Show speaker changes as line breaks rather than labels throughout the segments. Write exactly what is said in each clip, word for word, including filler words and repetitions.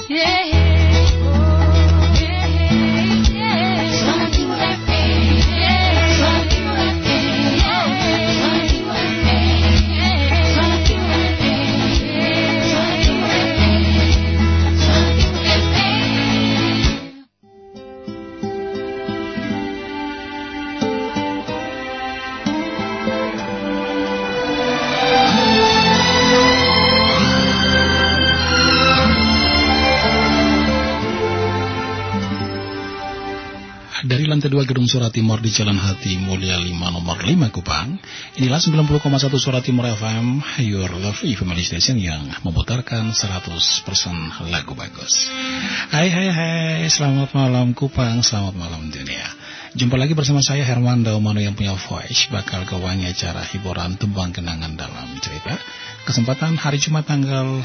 Dari lantai dua Gedung Suara Timur di Jalan Hati Mulia lima nomor lima Kupang. Inilah sembilan puluh koma satu Suara Timur F M, Your Lovely Family Station yang memutarkan seratus persen lagu bagus. Hai hai hai, selamat malam Kupang, selamat malam dunia. Jumpa lagi bersama saya Herman Daumano yang punya voice, bakal gawangi acara hiburan tembang kenangan dalam cerita. Kesempatan hari Jumat tanggal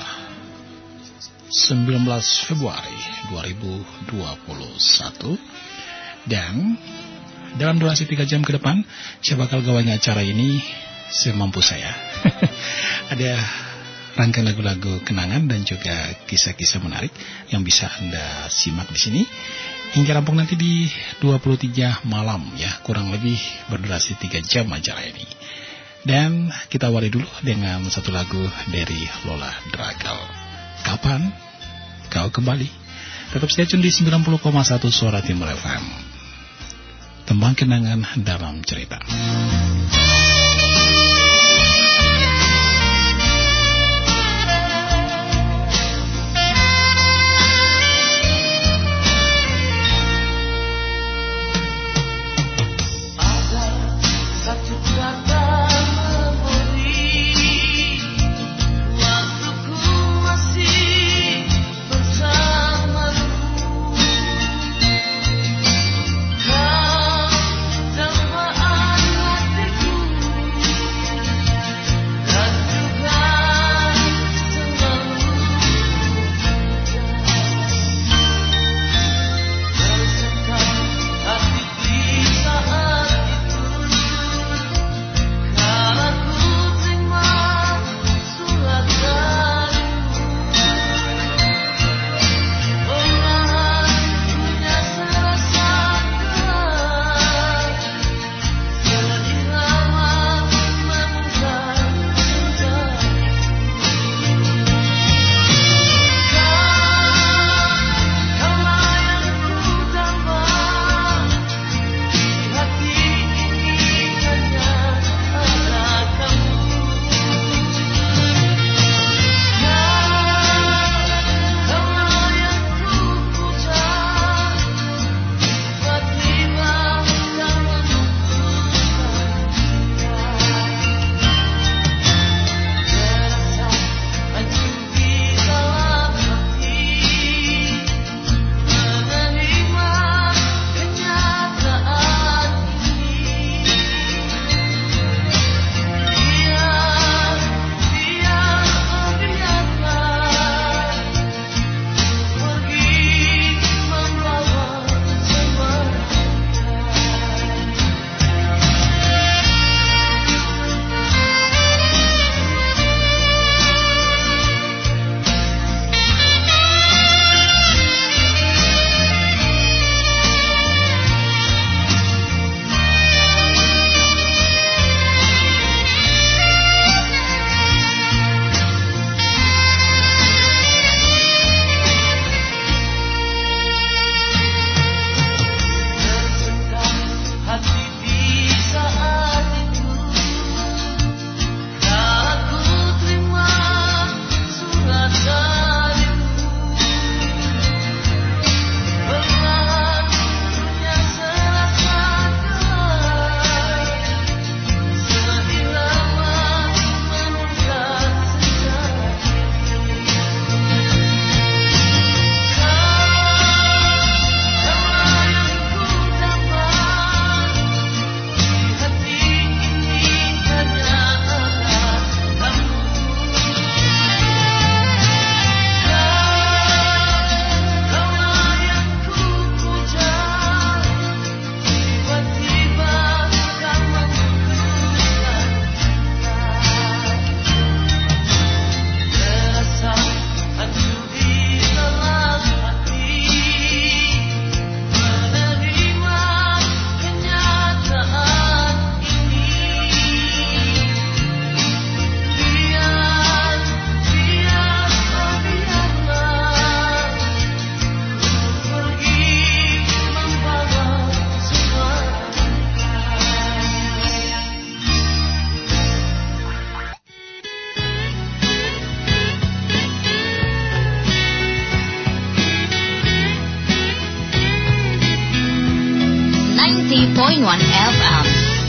sembilan belas Februari dua ribu dua puluh satu. Dan dalam durasi tiga jam ke depan, saya bakal gawangi acara ini semampu saya. Ada rangkaian lagu-lagu kenangan dan juga kisah-kisah menarik yang bisa Anda simak di sini hingga rampung nanti di dua puluh tiga malam ya, kurang lebih berdurasi tiga jam acara ini. Dan kita awali dulu dengan satu lagu dari Lola Dragal. Kapan kau kembali? Tetap stay tune di sembilan puluh koma satu Suara Timur F M. Tembang kenangan dalam cerita.
Tanpa alat ninety point one F M.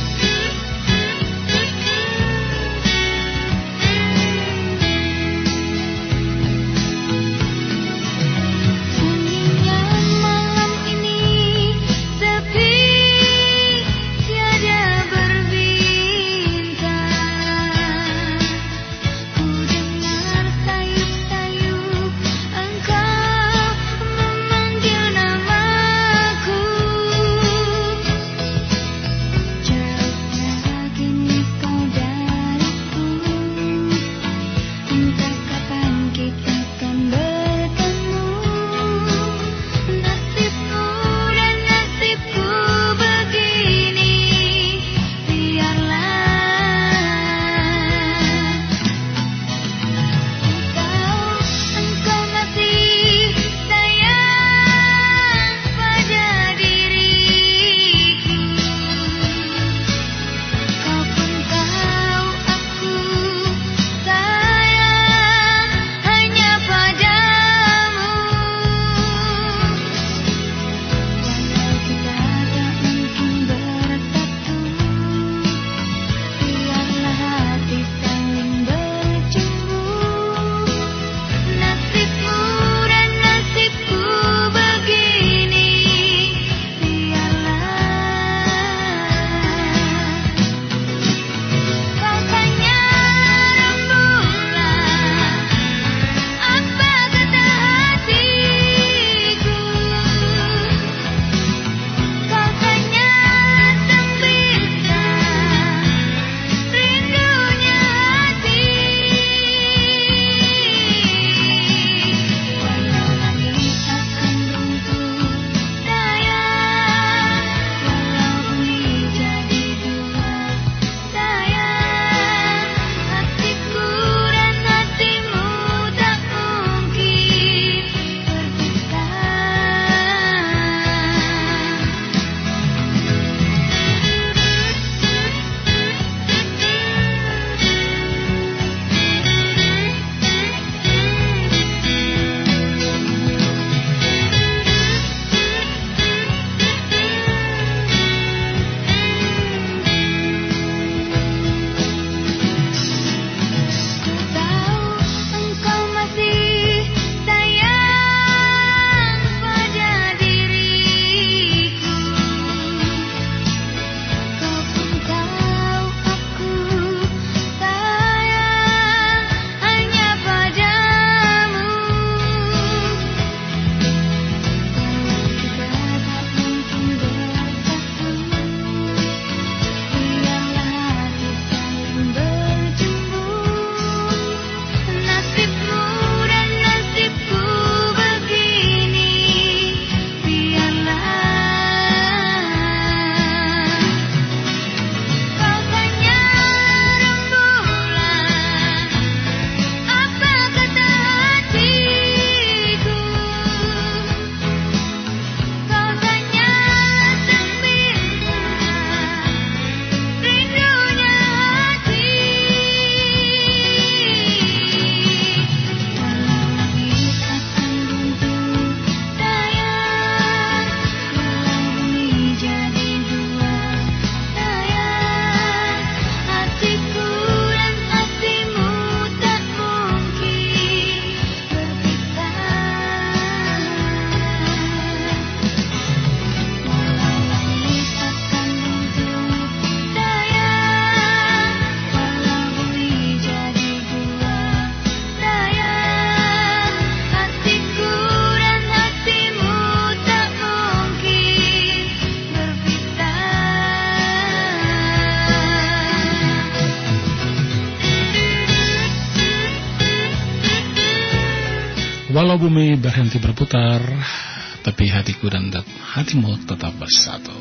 Walau bumi berhenti berputar, tapi hatiku dan hatimu tetap bersatu.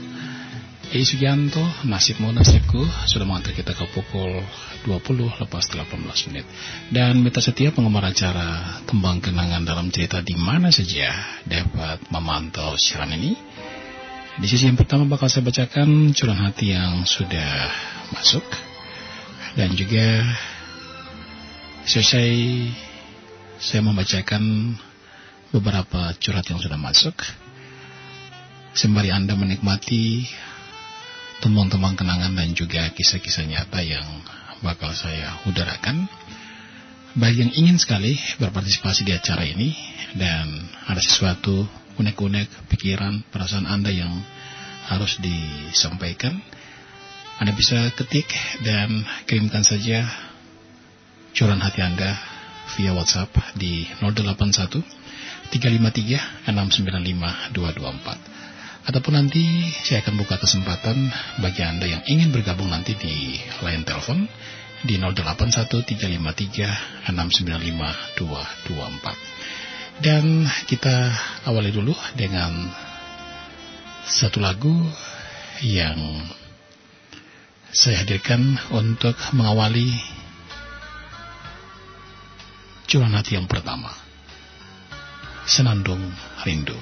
Ei Sugianto, nasibmu nasibku, sudah mengantar kita ke pukul dua puluh lepas delapan belas menit. Dan mitra setia penggemar acara Tembang Kenangan dalam cerita di mana saja dapat memantau siaran ini. Di sisi yang pertama bakal saya bacakan curahan hati yang sudah masuk. Dan juga selesai saya membacakan beberapa curhat yang sudah masuk, sembari Anda menikmati temuan-temuan kenangan dan juga kisah-kisah nyata yang bakal saya udarakan. Bagi yang ingin sekali berpartisipasi di acara ini dan ada sesuatu unek-unek pikiran, perasaan Anda yang harus disampaikan, Anda bisa ketik dan kirimkan saja curahan hati Anda via WhatsApp di nol delapan satu tiga lima tiga enam sembilan lima dua dua empat. Ataupun nanti saya akan buka kesempatan bagi Anda yang ingin bergabung nanti di line telepon di nol delapan satu tiga lima tiga enam sembilan lima dua dua empat. Dan kita awali dulu dengan satu lagu yang saya hadirkan untuk mengawali curahan hati yang pertama, Senandung Rindu.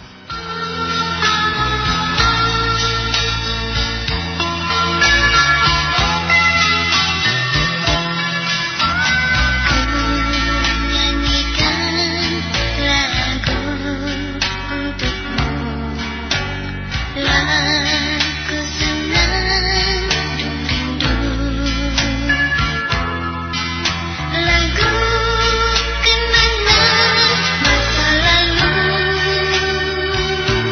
Lagu kenangan masa lalu.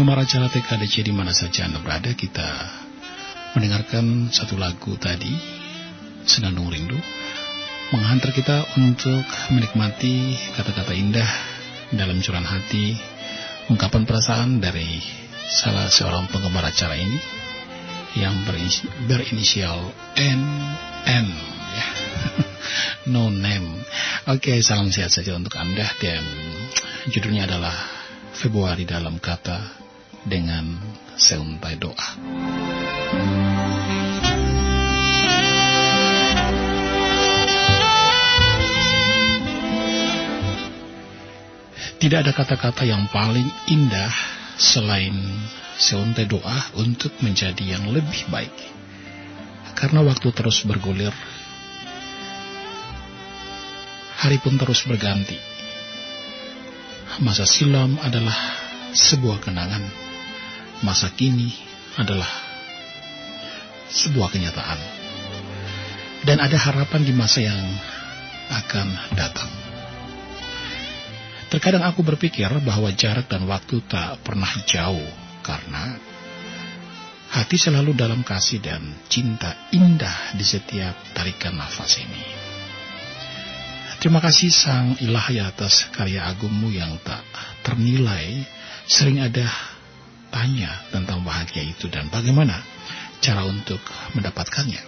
penggemar acara T K D C di mana saja Anda berada, kita mendengarkan satu lagu tadi, Senandung Rindu, menghantar kita untuk menikmati kata-kata indah dalam curahan hati, ungkapan perasaan dari salah seorang penggemar acara ini yang berinisial N N ya. No name. Oke, salam sehat saja untuk Anda, dan judulnya adalah Februari dalam kata dengan seuntai doa. Tidak ada kata-kata yang paling indah selain seuntai doa untuk menjadi yang lebih baik. Karena waktu terus bergulir, hari pun terus berganti. Masa silam adalah sebuah kenangan, masa kini adalah sebuah kenyataan. Dan ada harapan di masa yang akan datang. Terkadang aku berpikir bahwa jarak dan waktu tak pernah jauh, karena hati selalu dalam kasih dan cinta indah di setiap tarikan nafas ini. Terima kasih Sang Ilahi atas karya agungmu yang tak ternilai. Sering ada tanya tentang bahagia itu dan bagaimana cara untuk mendapatkannya.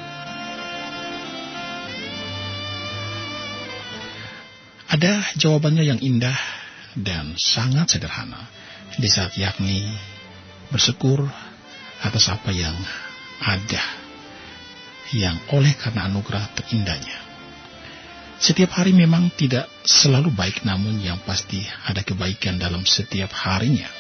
Ada jawabannya yang indah dan sangat sederhana, di saat yakni bersyukur atas apa yang ada, yang oleh karena anugerah terindahnya. Setiap hari memang tidak selalu baik, namun yang pasti ada kebaikan dalam setiap harinya.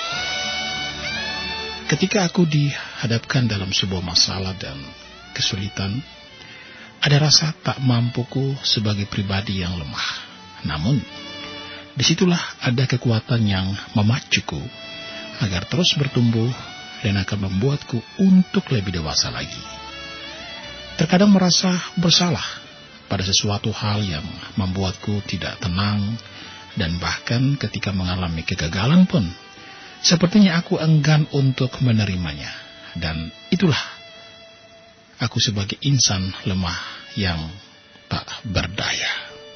Ketika aku dihadapkan dalam sebuah masalah dan kesulitan, ada rasa tak mampuku sebagai pribadi yang lemah. Namun, disitulah ada kekuatan yang memacuku agar terus bertumbuh dan akan membuatku untuk lebih dewasa lagi. Terkadang merasa bersalah pada sesuatu hal yang membuatku tidak tenang, dan bahkan ketika mengalami kegagalan pun, sepertinya aku enggan untuk menerimanya. Dan itulah aku sebagai insan lemah yang tak berdaya.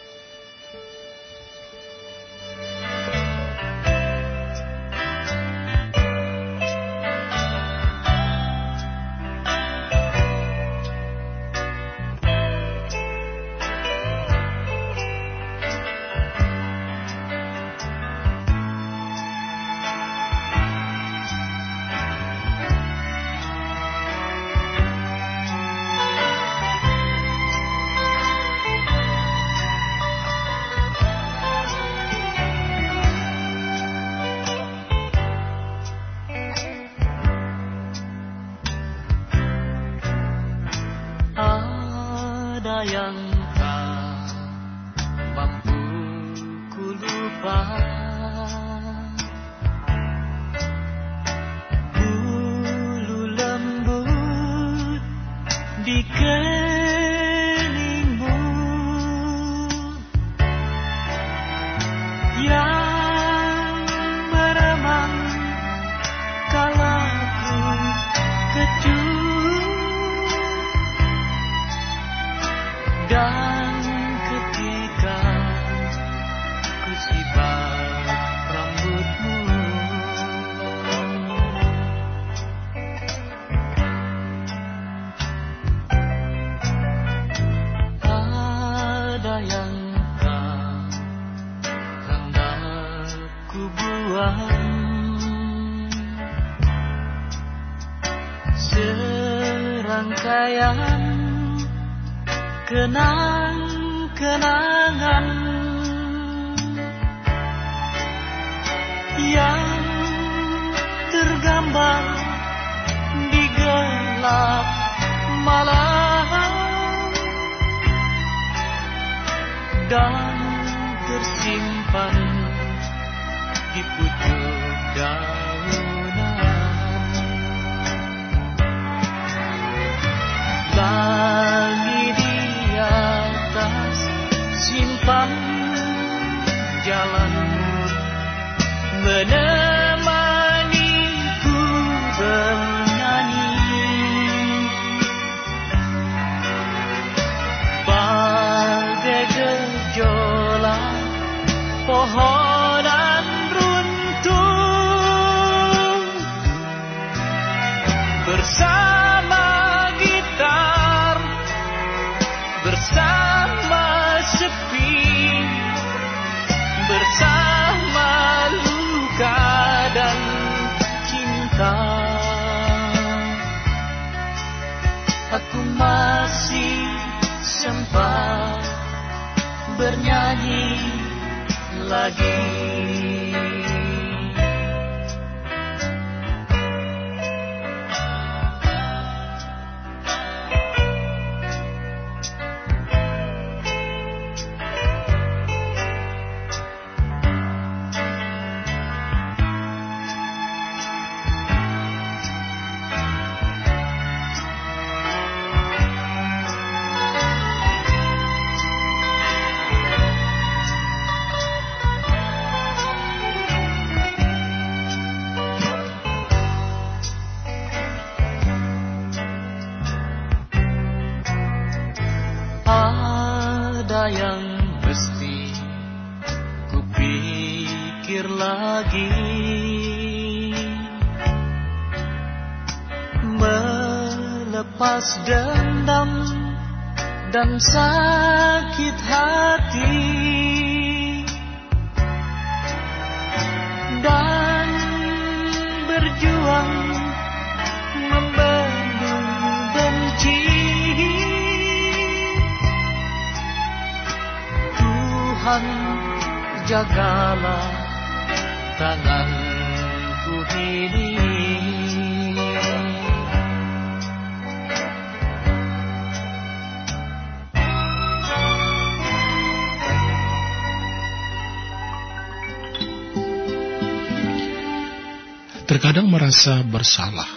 Yang tak mampu ku lupa, bulu lembut di keningmu yang meremang kala ku kecut. Dan ketika ku sibat rambutmu, ada yang tak hendak ku buang, serangkaian kenang-kenangan yang tergambar di gelap malam dan tersimpan di pucuk daunan. Langit di atas simpang jalan menemani bernyanyi lagi. Ada yang mesti kupikir lagi, melepas dendam dan sakit hati, dan berjuang membendung benci. Tuhan, jagalah tanganku ini.
Terkadang merasa bersalah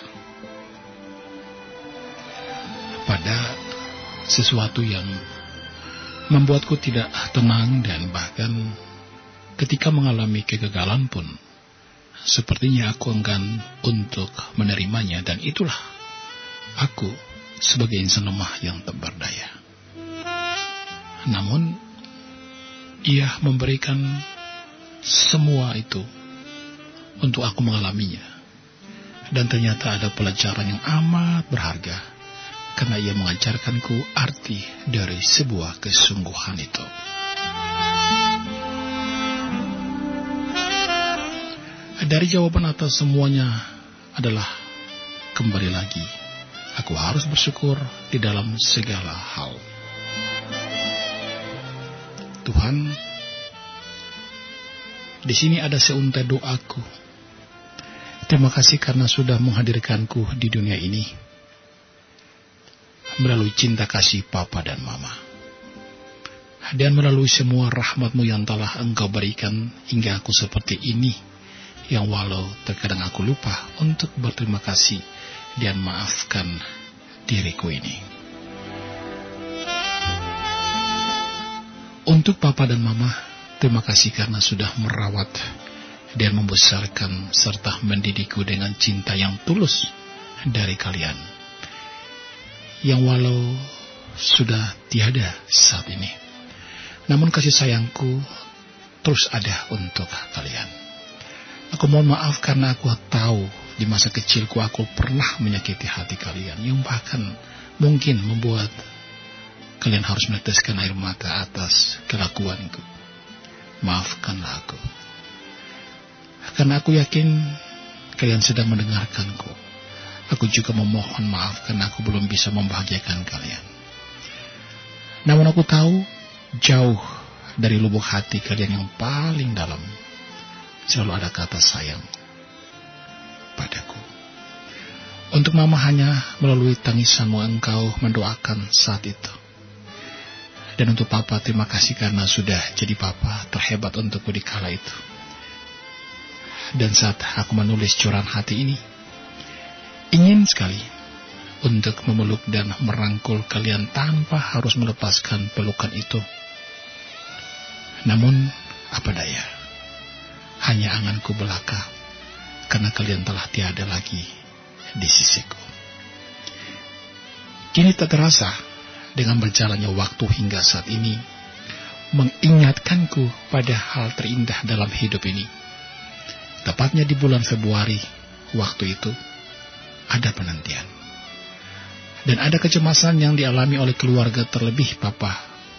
pada sesuatu yang membuatku tidak tenang, dan bahkan ketika mengalami kegagalan pun sepertinya aku enggan untuk menerimanya, dan itulah aku sebagai insan lemah yang tak berdaya. Namun Ia memberikan semua itu untuk aku mengalaminya, dan ternyata ada pelajaran yang amat berharga, karena Ia mengajarkanku arti dari sebuah kesungguhan itu. Dari jawaban atas semuanya adalah kembali lagi, aku harus bersyukur di dalam segala hal. Tuhan, di sini ada seuntai doaku. Terima kasih karena sudah menghadirkanku di dunia ini melalui cinta kasih Papa dan Mama, dan melalui semua rahmat-Mu yang telah Engkau berikan hingga aku seperti ini, yang walau terkadang aku lupa untuk berterima kasih dan maafkan diriku ini. Untuk Papa dan Mama, terima kasih karena sudah merawat dan membesarkan serta mendidikku dengan cinta yang tulus dari kalian, yang walau sudah tiada saat ini, namun kasih sayangku terus ada untuk kalian. Aku mohon maaf karena aku tahu di masa kecilku aku pernah menyakiti hati kalian, yang bahkan mungkin membuat kalian harus meneteskan air mata atas kelakuanku. Maafkanlah aku, karena aku yakin kalian sedang mendengarkanku. Aku juga memohon maaf karena aku belum bisa membahagiakan kalian. Namun aku tahu jauh dari lubuk hati kalian yang paling dalam selalu ada kata sayang padaku. Untuk Mama, hanya melalui tangisanmu engkau mendoakan saat itu. Dan untuk Papa, terima kasih karena sudah jadi Papa terhebat untukku di kala itu. Dan saat aku menulis curahan hati ini, ingin sekali untuk memeluk dan merangkul kalian tanpa harus melepaskan pelukan itu. Namun, apa daya, hanya anganku belaka, karena kalian telah tiada lagi di sisiku. Kini tak terasa, dengan berjalannya waktu hingga saat ini, mengingatkanku pada hal terindah dalam hidup ini. Tepatnya di bulan Februari, waktu itu, ada penantian. Dan ada kecemasan yang dialami oleh keluarga, terlebih Papa.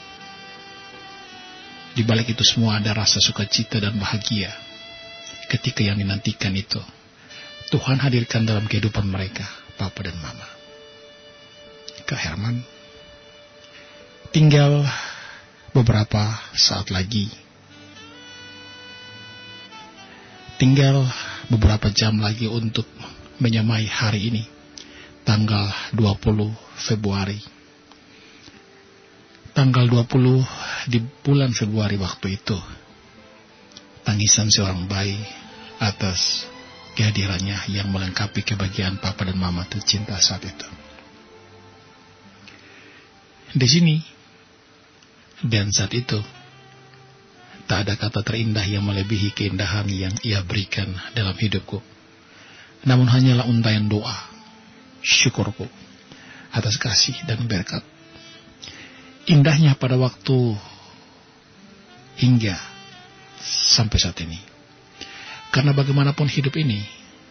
Di balik itu semua ada rasa sukacita dan bahagia. Ketika yang dinantikan itu, Tuhan hadirkan dalam kehidupan mereka, Papa dan Mama. Kak Herman, tinggal beberapa saat lagi. Tinggal beberapa jam lagi untuk menyamai hari ini, tanggal dua puluh Februari. Tanggal dua puluh di bulan Februari waktu itu, tangisan seorang bayi atas kehadirannya yang melengkapi kebahagiaan papa dan mama tercinta saat itu. Di sini dan saat itu, tak ada kata terindah yang melebihi keindahan yang ia berikan dalam hidupku. Namun hanyalah untaian doa, syukurku atas kasih dan berkat. Indahnya pada waktu hingga sampai saat ini. Karena bagaimanapun hidup ini,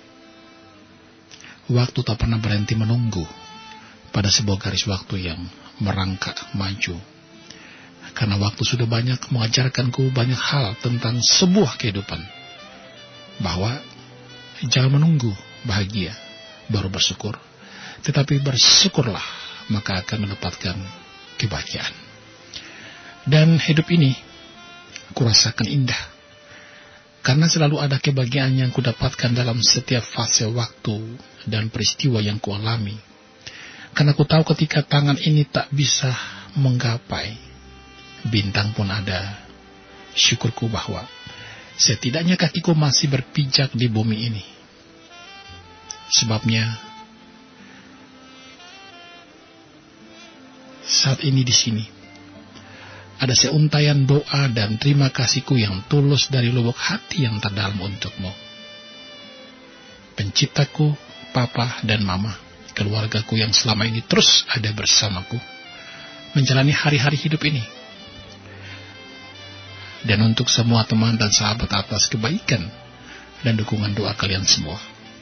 waktu tak pernah berhenti menunggu pada sebuah garis waktu yang merangkak maju. Karena waktu sudah banyak mengajarkanku banyak hal tentang sebuah kehidupan. Bahwa jangan menunggu bahagia baru bersyukur, tetapi bersyukurlah maka akan mendapatkan kebahagiaan. Dan hidup ini aku rasakan indah, karena selalu ada kebahagiaan yang kudapatkan dalam setiap fase waktu dan peristiwa yang kualami. Karena ku tahu ketika tangan ini tak bisa menggapai, bintang pun ada. Syukurku bahwa setidaknya kakiku masih berpijak di bumi ini. Sebabnya saat ini di sini ada seuntaian doa dan terima kasihku yang tulus dari lubuk hati yang terdalam untukmu, penciptaku, papa dan mama, keluargaku yang selama ini terus ada bersamaku menjalani hari-hari hidup ini. Dan untuk semua teman dan sahabat atas kebaikan dan dukungan doa kalian semua.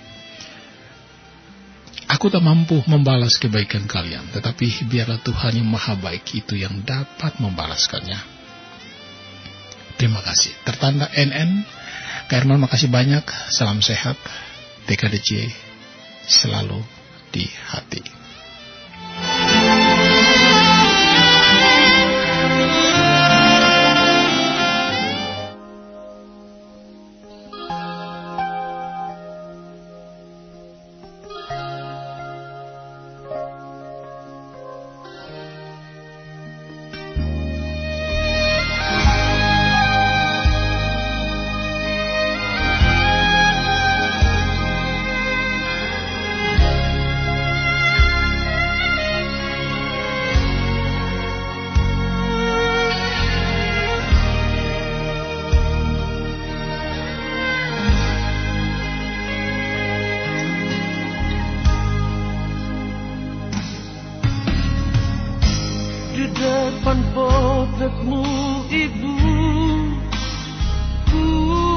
Aku tak mampu membalas kebaikan kalian, tetapi biarlah Tuhan yang maha baik itu yang dapat membalaskannya. Terima kasih. Tertanda N N. Kak Herman, makasih banyak. Salam sehat. T K D C selalu di hati.
Depan potretmu ibu, ku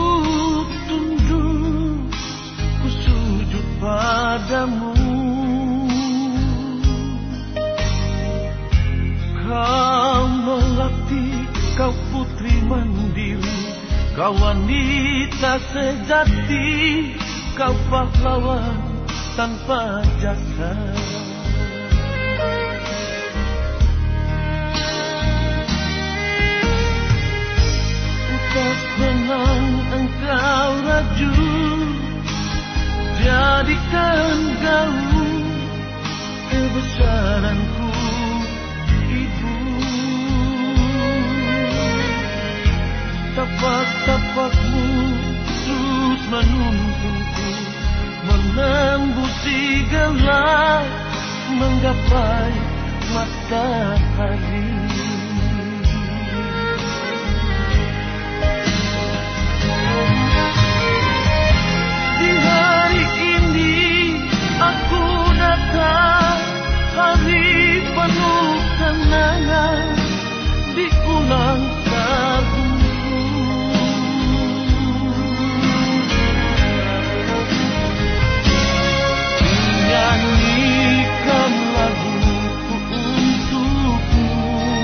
tunduk, ku sujud padamu. Kau melati, kau putri mandiri, kau wanita sejati, kau pahlawan tanpa jasa. Menang engkau raju, jadikan gaul kebesaranku ibu. Tapak-tapakmu terus menuntunku, menembusi gelap, menggapai matahari. Di hari ini aku datang, hari penuh kenangan di ulang tahunku. Nyanyikan laguku untukmu.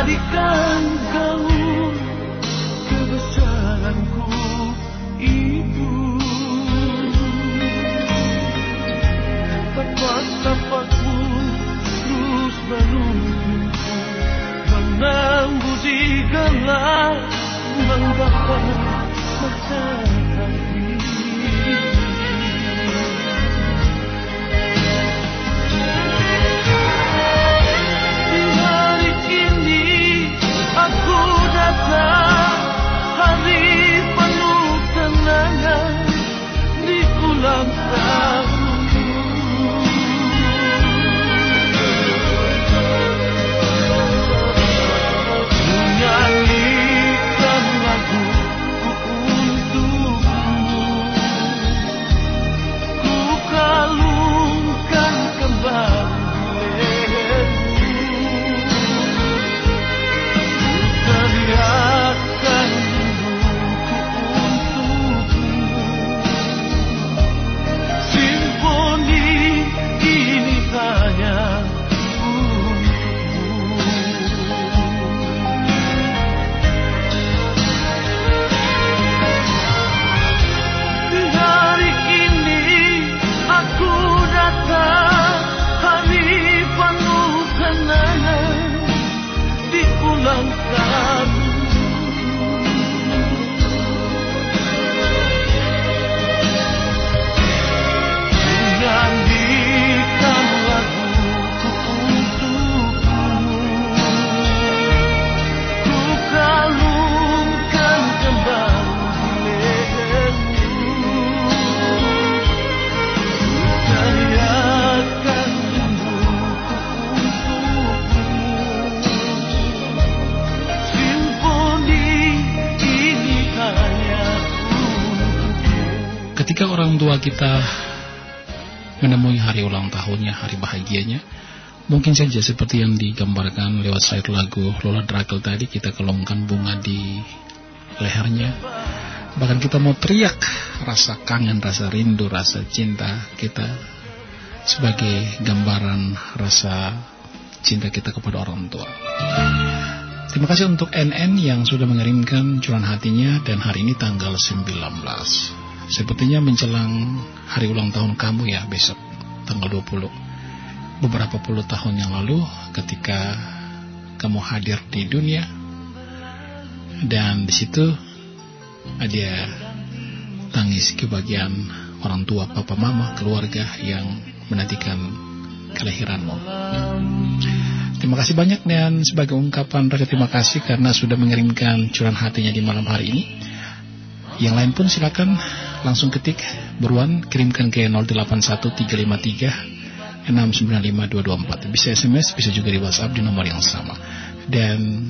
jadikan gaun kebesaranku itu. Tapak-tapakmu terus menuntunku, menanggu di gelap menggapai matahari. Di hari ini aku datang, hari penuh kenangan di ulang tahun. Nyanyikan laguku untukmu, ku kalungkan kembali lehermu, ku teriakkan rinduku untukmu. Simfoni ini hanya
ketika orang tua kita menemui hari ulang tahunnya, hari bahagianya, mungkin saja seperti yang digambarkan lewat slide lagu Lola Drakel tadi, kita kelongkan bunga di lehernya. Bahkan kita mau teriak rasa kangen, rasa rindu, rasa cinta kita sebagai gambaran rasa cinta kita kepada orang tua. Terima kasih untuk N N yang sudah mengirimkan curahan hatinya, dan hari ini tanggal sembilan belas. Sepertinya menjelang hari ulang tahun kamu ya, besok tanggal dua puluh. Beberapa puluh tahun yang lalu ketika kamu hadir di dunia, dan di situ ada tangis kebahagiaan orang tua, papa, mama, keluarga yang menantikan kelahiranmu. Terima kasih banyak, dan sebagai ungkapan rasa terima kasih karena sudah mengirimkan curahan hatinya di malam hari ini. Yang lain pun silakan langsung ketik buruan, kirimkan ke nol delapan satu tiga lima tiga enam sembilan lima dua dua empat. Bisa S M S, bisa juga di WhatsApp di nomor yang sama. Dan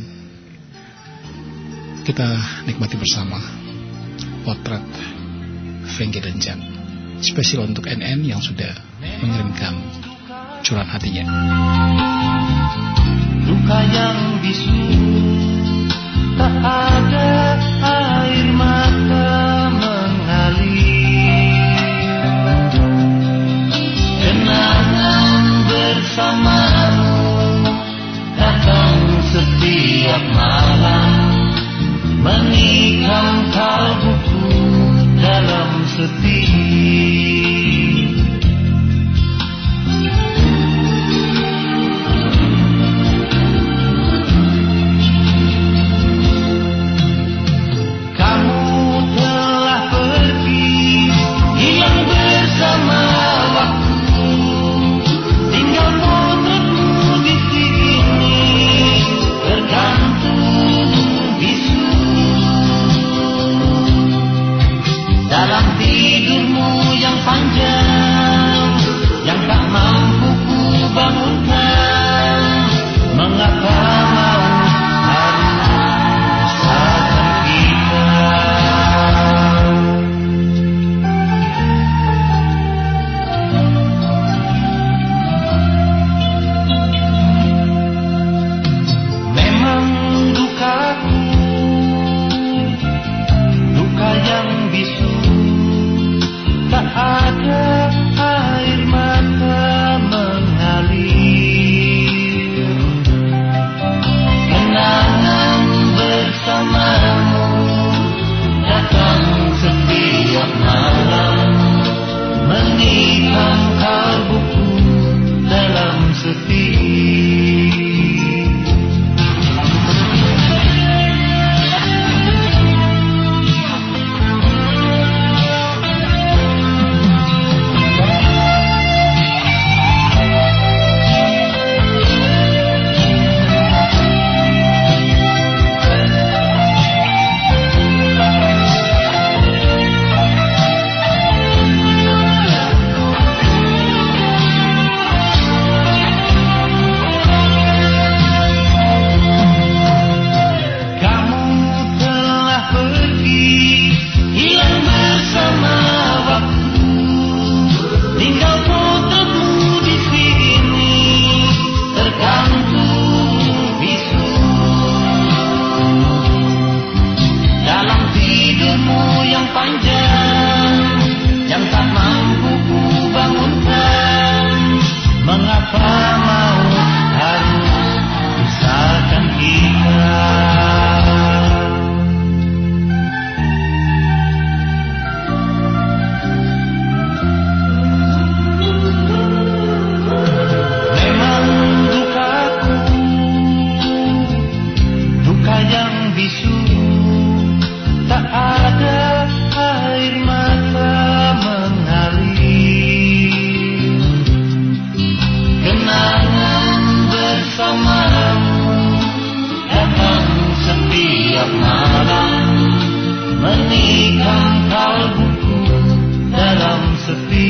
kita nikmati bersama potret Fengge dan Jan, spesial untuk N N yang sudah mengirimkan curahan hatinya.
Luka yang bisu, tak ada air mata mengalir. Kenangan bersamamu datang setiap malam, menikam kalbuku dalam sepi. Dalam tidurmu sepi.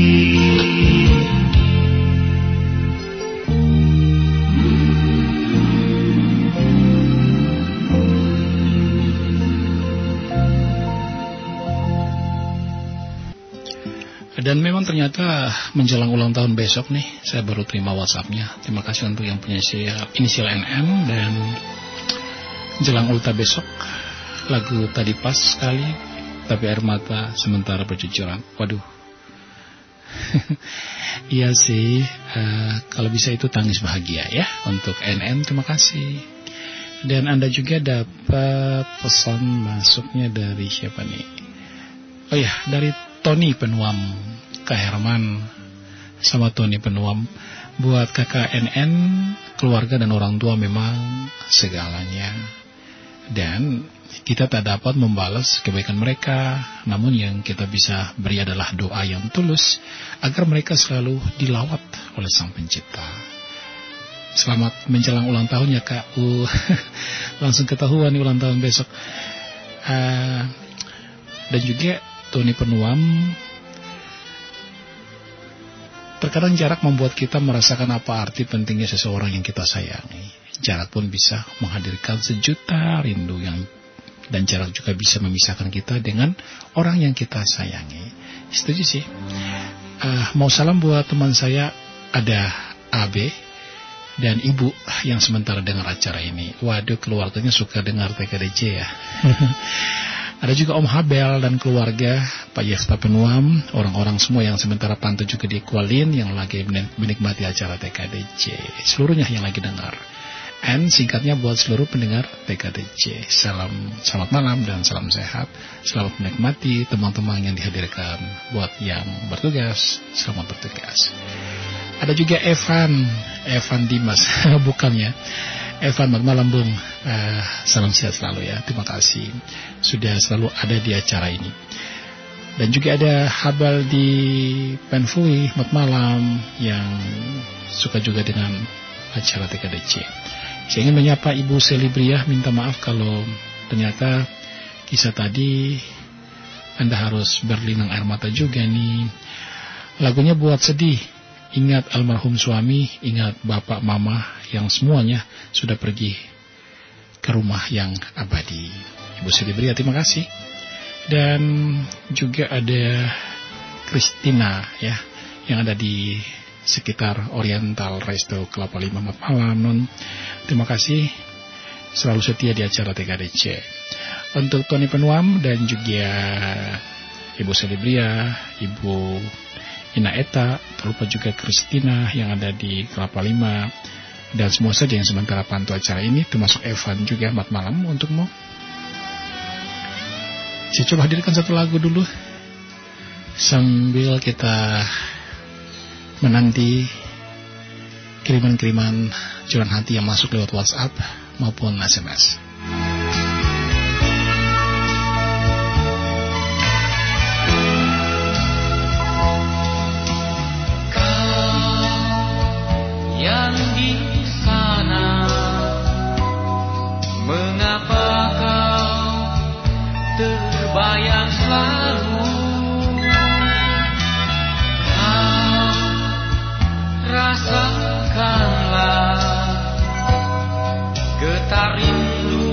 Dan memang ternyata menjelang ulang tahun besok nih, saya baru terima WhatsApp-nya. Terima kasih untuk yang punya inisial N M. Dan jelang ulta besok, lagu tadi pas sekali, tapi air mata sementara bercucuran. Waduh. Iya sih, uh, kalau bisa itu tangis bahagia ya. Untuk N M, terima kasih. Dan Anda juga dapat pesan masuknya dari siapa nih? Oh ya, dari Tony Penuam, Kak Herman sama Tony Penuam. Buat kakak N N, keluarga dan orang tua memang segalanya. Dan kita tak dapat membalas kebaikan mereka, namun yang kita bisa beri adalah doa yang tulus agar mereka selalu dilawat oleh Sang Pencipta. Selamat menjelang ulang tahun ya Kak. Uh, langsung ketahuan nih ulang tahun besok. Uh, dan juga Tony Penuam, terkadang jarak membuat kita merasakan apa arti pentingnya seseorang yang kita sayangi. Jarak pun bisa menghadirkan sejuta rindu yang dan jarak juga bisa memisahkan kita dengan orang yang kita sayangi. Setuju sih. Uh, mau salam buat teman saya, ada A B dan Ibu yang sementara dengar acara ini. Waduh, keluarganya suka dengar T K D C ya. Ada juga Om Habel dan keluarga, Pak Yesta Penuam, orang-orang semua yang sementara pantau juga di Kualin yang lagi menikmati acara T K D C. Seluruhnya yang lagi dengar. And singkatnya buat seluruh pendengar T K D C. Salam, selamat malam dan salam sehat. Selamat menikmati teman-teman yang dihadirkan. Buat yang bertugas, selamat bertugas. Ada juga Evan, Evan Dimas, bukannya. Evan, selamat malam Bung, uh, salam sehat selalu ya, terima kasih sudah selalu ada di acara ini. Dan juga ada Habal di Penfui, selamat malam, yang suka juga dengan acara T K D C. Saya ingin menyapa Ibu Selibriah, minta maaf kalau ternyata kisah tadi Anda harus berlinang air mata juga nih. Lagunya buat sedih. Ingat almarhum suami, ingat bapak mama yang semuanya sudah pergi ke rumah yang abadi. Ibu Silibria, terima kasih. Dan juga ada Christina ya, yang ada di sekitar Oriental Resto Kelapa Lima. Malam non, terima kasih selalu setia di acara T K D C. Untuk Tony Penuam dan juga Ibu Silibria, Ibu Ina Eta, terlupa juga Christina yang ada di Kelapa Lima, dan semua saja yang sementara pantau acara ini, termasuk Evan juga. Selamat malam untukmu. Saya coba hadirkan satu lagu dulu sambil kita menanti kiriman-kiriman curahan hati yang masuk lewat WhatsApp maupun S M S.
Yang di sana, mengapa kau terbayang selalu? Kau rasakanlah getar rindu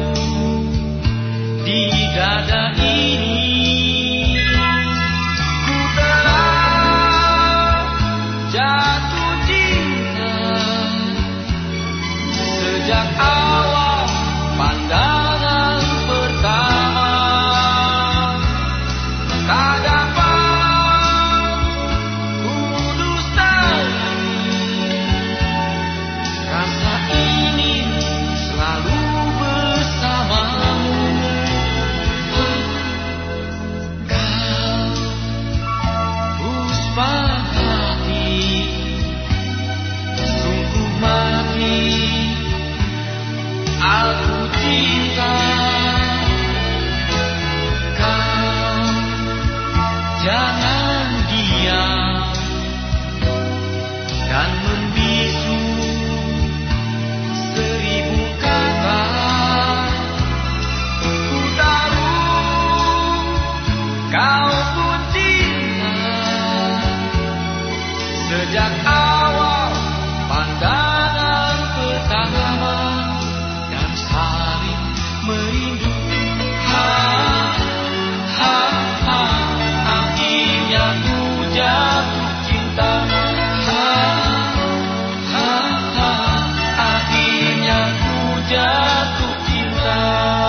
Sejak awal pandangan pertama dan saling merindu, ha, ha, ha, akhirnya ku jatuh cinta, ha, ha, ha, akhirnya ku jatuh cinta.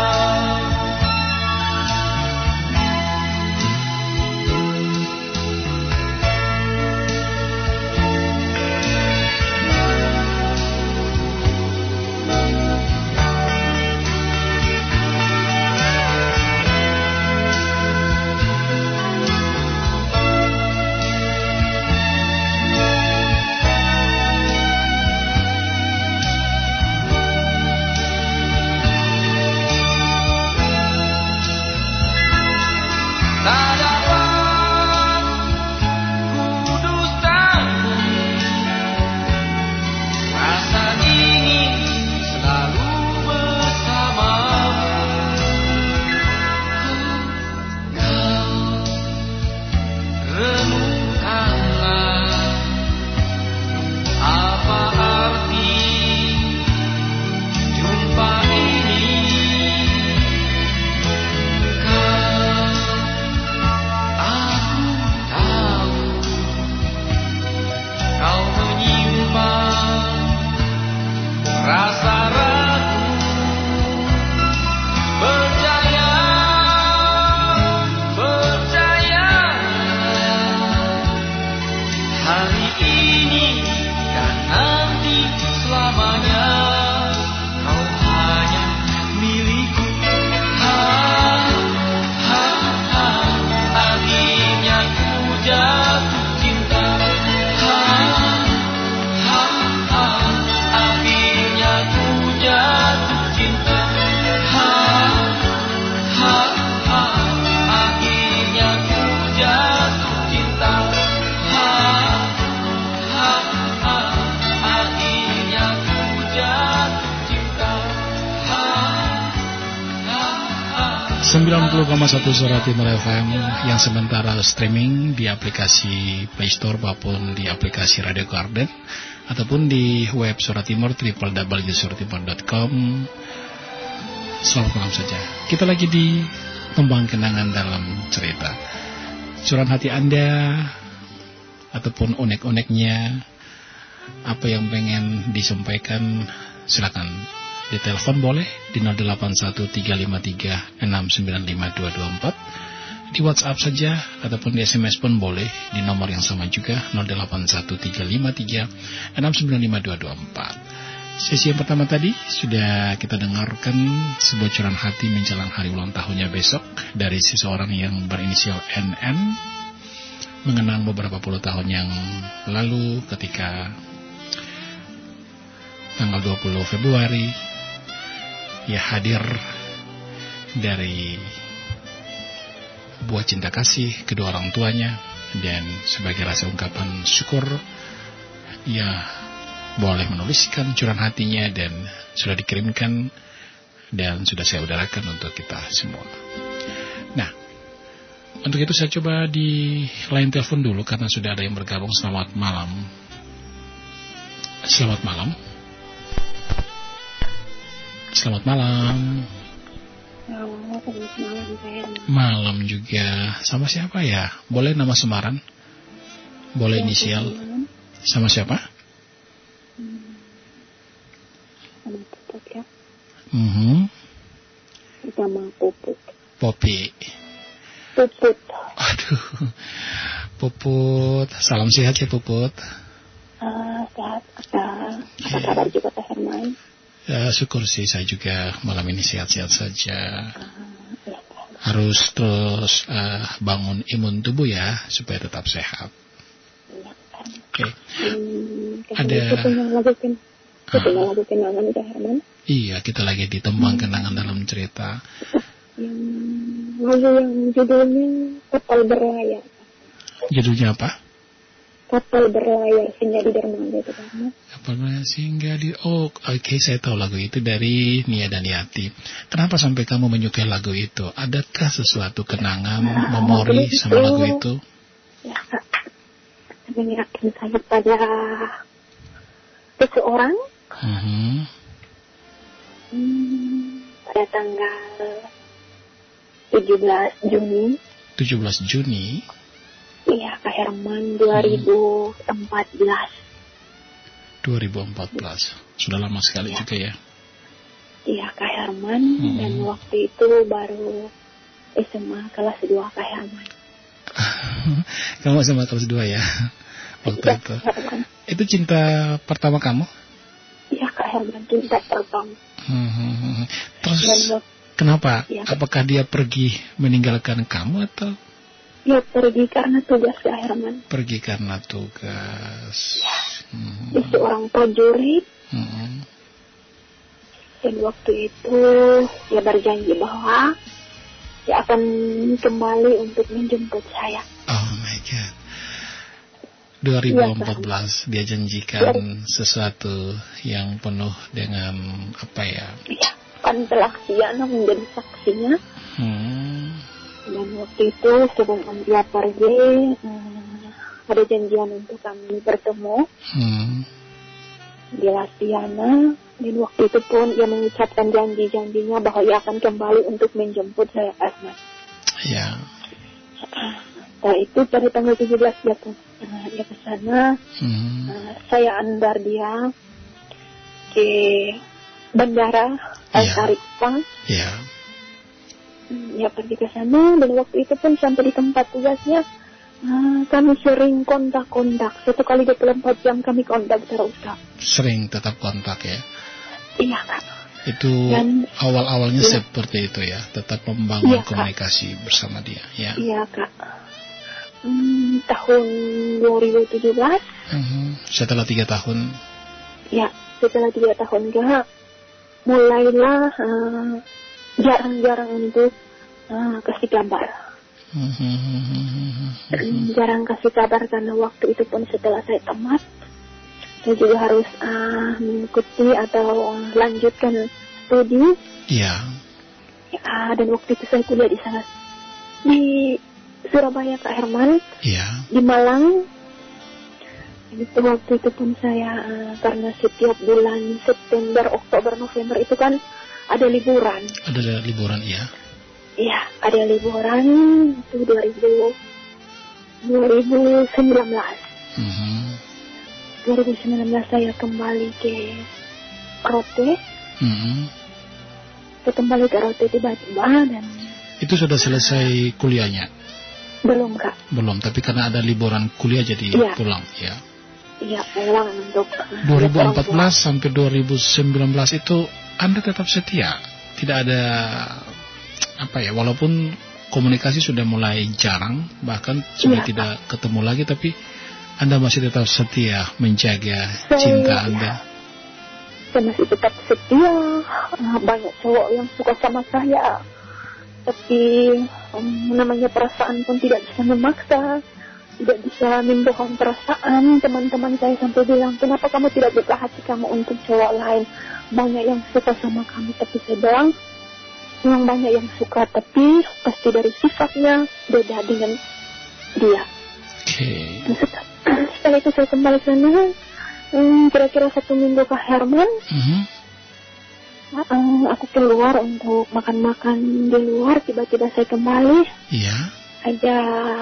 Tak dapat ku dustakan rasa ingin selalu bersamamu. Kau renungkanlah apa arti jumpa ini. Aku tahu kau menyimpan rasa ragu. Percaya, percaya, hari ini dan nanti selamanya kau hanya milikku. Ha, ha, ha, akhirnya ku jatuh cinta, ha, ha, ha, akhirnya ku jatuh cinta, ha, ha, ha, akhirnya ku jatuh cinta, ha, ha, ha, akhirnya ku jatuh cinta, ha, ha, ha.
sembilan puluh koma satu Suara Timur F M yang sementara streaming di aplikasi Play Store maupun di aplikasi Radio Garden ataupun di web Suara Timur w w w titik suaratimur titik com. Selamat malam saja. Kita lagi di Tembang Kenangan dalam cerita. Curahan hati Anda ataupun unek-uneknya, apa yang pengen disampaikan, silakan ditelepon boleh di nol delapan satu tiga lima tiga enam sembilan lima dua dua empat, di WhatsApp saja ataupun di S M S pun boleh di nomor yang sama juga nol delapan satu tiga lima tiga enam sembilan lima dua dua empat. Sesi yang pertama tadi sudah kita dengarkan sebuah curahan hati menjelang hari ulang tahunnya besok dari seseorang yang berinisial N N, mengenang beberapa puluh tahun yang lalu ketika tanggal dua puluh Februari ia hadir dari buah cinta kasih kedua orang tuanya, dan sebagai rasa ungkapan syukur ia boleh menuliskan curahan hatinya dan sudah dikirimkan dan sudah saya udarakan untuk kita semua. Nah, untuk itu saya coba di line telepon dulu karena sudah ada yang bergabung. Selamat malam. Selamat malam. Selamat malam. Malam juga. Sama siapa ya? Boleh nama samaran? Boleh inisial? Sama siapa?
Sama Puput ya.
Mhm.
Sama Puput.
Popi.
Puput.
Aduh. Puput. Salam sehat ya Puput.
Uh, sehat. Apa, apa kabar juga Pak Herman?
Ya, syukur sih saya juga malam ini sehat-sehat saja.
Uh, ya,
Harus terus uh, bangun imun tubuh ya supaya tetap sehat.
ya, kan.
Oke. Okay.
Hmm,
Ada.
Kita punya lagu ken, kita punya lagu kenangan Pak Herman.
Iya, kita lagi di Tembang Kenangan dalam cerita.
Yang lagu yang judulnya Kapal Berlayar.
Judulnya apa?
Kapal Berlayar Singgah di Dermaga itu kan.
Kapal Berlayar Singgah di. Oh, oke, okay, saya tahu lagu itu dari Nia Daniati. Kenapa sampai kamu menyukai lagu itu? Adakah sesuatu kenangan, memori sama lagu itu?
Ya, Kak. menyerahkan saya pada seseorang
Mhm.
hmm, pada tanggal tujuh belas Juni.
tujuh belas Juni
Iya, Kak Herman, dua ribu empat belas.
dua ribu empat belas. Sudah lama sekali
Ya.
juga ya.
Iya, Kak Herman.
Hmm.
Dan waktu itu baru S M A kelas dua, Kak Herman.
Kamu sama kelas dua ya waktu
Iya,
itu.
Kak Herman.
Itu cinta pertama kamu?
Iya, Kak Herman, cinta pertama.
Hmm. Terus
Dan waktu
kenapa?
Ya.
Apakah dia pergi meninggalkan kamu atau
dia pergi karena tugas, Kak Herman.
pergi karena tugas? Hmm.
Dia seorang prajurit.
Hmm.
Dan waktu itu dia berjanji bahwa dia akan kembali untuk menjemput saya.
Oh my God. dua ribu empat belas dia janjikan sesuatu yang penuh dengan apa ya?
Iya, kan telah Siana menjadi saksinya.
Hmm.
Dan waktu itu sebelum dia pergi, hmm, ada janjian untuk kami bertemu
Hmm.
di Lasiana. Dan waktu itu pun ia mengucapkan janji-janjinya bahwa ia akan kembali untuk menjemput saya, Ahmad.
Ya.
Setelah itu pada tanggal tujuh belas dia ke, uh, dia ke sana.
Hmm.
Uh, saya antar dia ke bandara Al-Tarifah.
Ya.
Hmm, Dia pergi ke sana dan waktu itu pun sampai di tempat tugasnya uh, kami sering kontak-kontak. Satu kali dua puluh empat jam kami kontak terus, Kak.
Sering tetap kontak ya.
Iya, Kak.
Itu
Dan-
awal-awalnya
Iya.
seperti itu ya, tetap membangun
Iya, Kak.
komunikasi bersama dia ya.
Iya, Kak. Hmm, tahun dua ribu tujuh belas,
Mhm. Setelah tiga tahun.
ya setelah tiga tahun, Kak, mulailah uh, jarang-jarang untuk uh, kasih kabar.
Mhm.
Jarang kasih kabar karena waktu itu pun setelah saya tamat, saya juga harus uh, mengikuti atau uh, lanjutkan studi.
Iya.
Ya, dan waktu itu saya kuliah di sana, di Surabaya, Kak Herman,
Iya.
di Malang. Itu waktu itu pun saya uh, karena setiap bulan September, Oktober, November itu kan ada liburan.
Ada liburan ya.
Iya, ada liburan itu dua ribu sembilan belas.
Mhm.
dua ribu sembilan belas saya kembali ke Rote,
Mhm.
saya kembali ke Rote tiba-tiba dan
Itu sudah selesai kuliahnya?
belum, Kak.
Belum, tapi karena ada liburan kuliah jadi
Iya.
pulang ya.
Iya, pulang untuk uh,
dua ribu
orang
empat
tua.
belas sampai dua ribu sembilan belas itu Anda tetap setia. Tidak ada apa ya, walaupun komunikasi sudah mulai jarang, bahkan sudah
Iya,
tidak ketemu lagi, tapi Anda masih tetap setia menjaga
Saya-
cinta Anda.
Saya masih tetap setia. Uh, banyak cowok yang suka sama saya, tapi um, namanya perasaan pun tidak bisa memaksa, tidak bisa membohong perasaan. Teman-teman saya sampai bilang, kenapa kamu tidak buka hati kamu untuk cowok lain? Banyak yang suka sama kamu. Tapi saya bilang, memang banyak yang suka, tapi pasti dari sifatnya beda dengan dia.
Oke.
Setelah, setelah itu saya kembali sana, hmm, kira-kira satu minggu ke Herman.
Mhm.
Uh, aku keluar untuk makan-makan di luar, tiba-tiba saya kembali,
Iya.
ada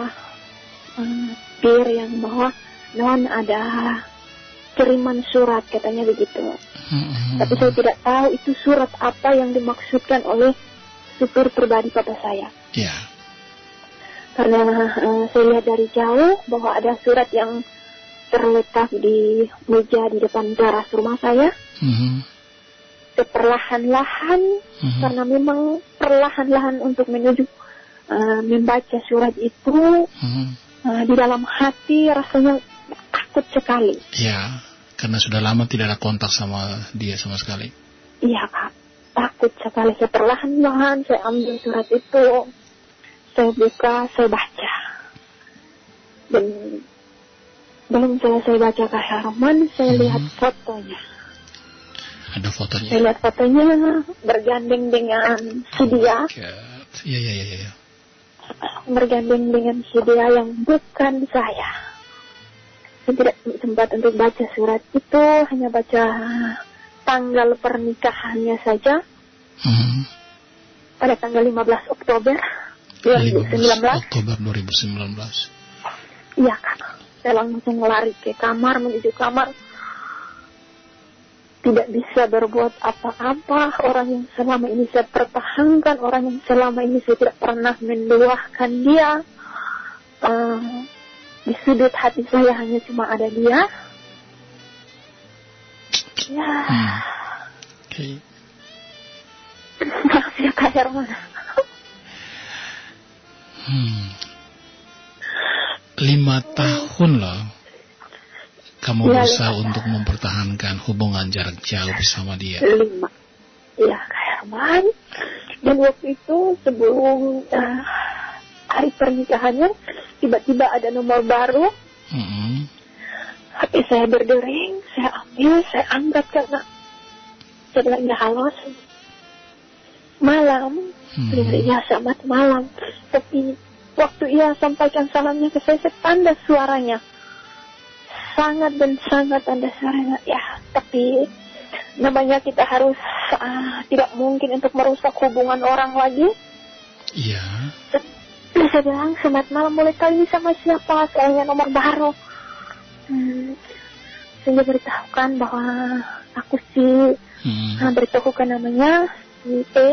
uh, peer yang bawa, non ada kiriman surat, katanya begitu.
Mhm.
Tapi saya tidak tahu itu surat apa yang dimaksudkan oleh supir pribadi papa saya.
Iya.
Karena uh, saya lihat dari jauh bahwa ada surat yang terletak di meja di depan teras rumah saya.
Mhm.
Perlahan-lahan,
Mhm.
karena memang perlahan-lahan untuk menuju uh, membaca surat itu,
Mhm.
uh, di dalam hati rasanya takut sekali.
Iya, karena sudah lama tidak ada kontak sama dia sama sekali.
Iya, Kak, takut sekali. Saya perlahan-lahan saya ambil surat itu, saya buka, saya baca. Dan belum selesai baca Kak Herman, saya
Mhm.
lihat fotonya.
Ada fotonya.
Saya lihat fotonya bergandeng dengan si dia,
God. Iya, iya, iya, iya.
bergandeng dengan si dia yang bukan saya. saya tidak sempat untuk baca surat itu, hanya baca tanggal pernikahannya saja.
Hmm.
Pada tanggal lima belas Oktober dua ribu sembilan belas.
Oktober dua ribu sembilan belas.
Iya, Kak. Saya langsung lari ke kamar, menuju kamar. Tidak bisa berbuat apa-apa. Orang yang selama ini saya pertahankan, orang yang selama ini saya tidak pernah mendoakan dia. Uh, di sudut hati saya hanya cuma ada dia. Ya.
Hmm. Oke. Okay.
Maaf ya, Kak Herman.
Hmm. Lima tahun loh kamu
ya,
berusaha
lima.
untuk mempertahankan hubungan jarak jauh bersama dia.
Lima. Iya, Kak Herman. Dan waktu itu sebelum uh, hari pernikahannya, tiba-tiba ada nomor baru.
Mm-hmm.
H P saya berdering, saya ambil, saya angkat karena saya bilang, ya halo, malam. Hmm. Ya, selamat malam. Tapi waktu ia sampaikan salamnya ke saya, saya tanda suaranya. Sangat dan sangat tanda suaranya. Ya, tapi namanya kita harus, uh, tidak mungkin untuk merusak hubungan orang lagi.
Iya.
Terus saya bilang, selamat malam, boleh tahu ini sama siapa? Soalnya nomor baru. Hmm. Saya beritahukan bahwa aku si, hmm. uh, beritahukan namanya si E.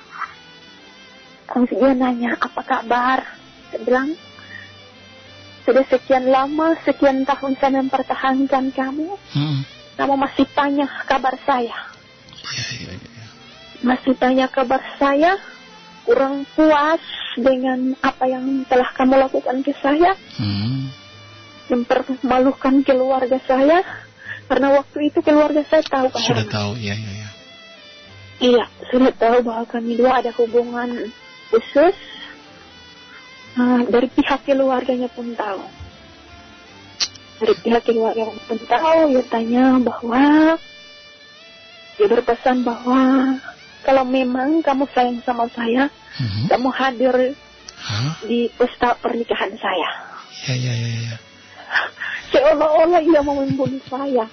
Terus dia nanya, apa kabar? Saya bilang, sudah sekian lama, sekian tahun saya mempertahankan kamu. Hmm. Kamu masih tanya kabar saya.
Ya, ya, ya.
Masih tanya kabar saya. Kurang puas dengan apa yang telah kamu lakukan ke saya. Hmm. Mempermalukan keluarga saya. Karena waktu itu keluarga saya tahu.
Sudah tahu, ya, ya, ya.
Iya, sudah tahu bahwa kami dua ada hubungan khusus. Nah, dari pihak keluarganya pun tahu. Dari pihak keluarganya pun tahu, dia tanya bahwa dia berpesan bahwa kalau memang kamu sayang sama saya, mm-hmm. kamu hadir huh? di pesta pernikahan saya.
Ya, ya, ya, ya.
Seolah-olah ia mau membunuh saya.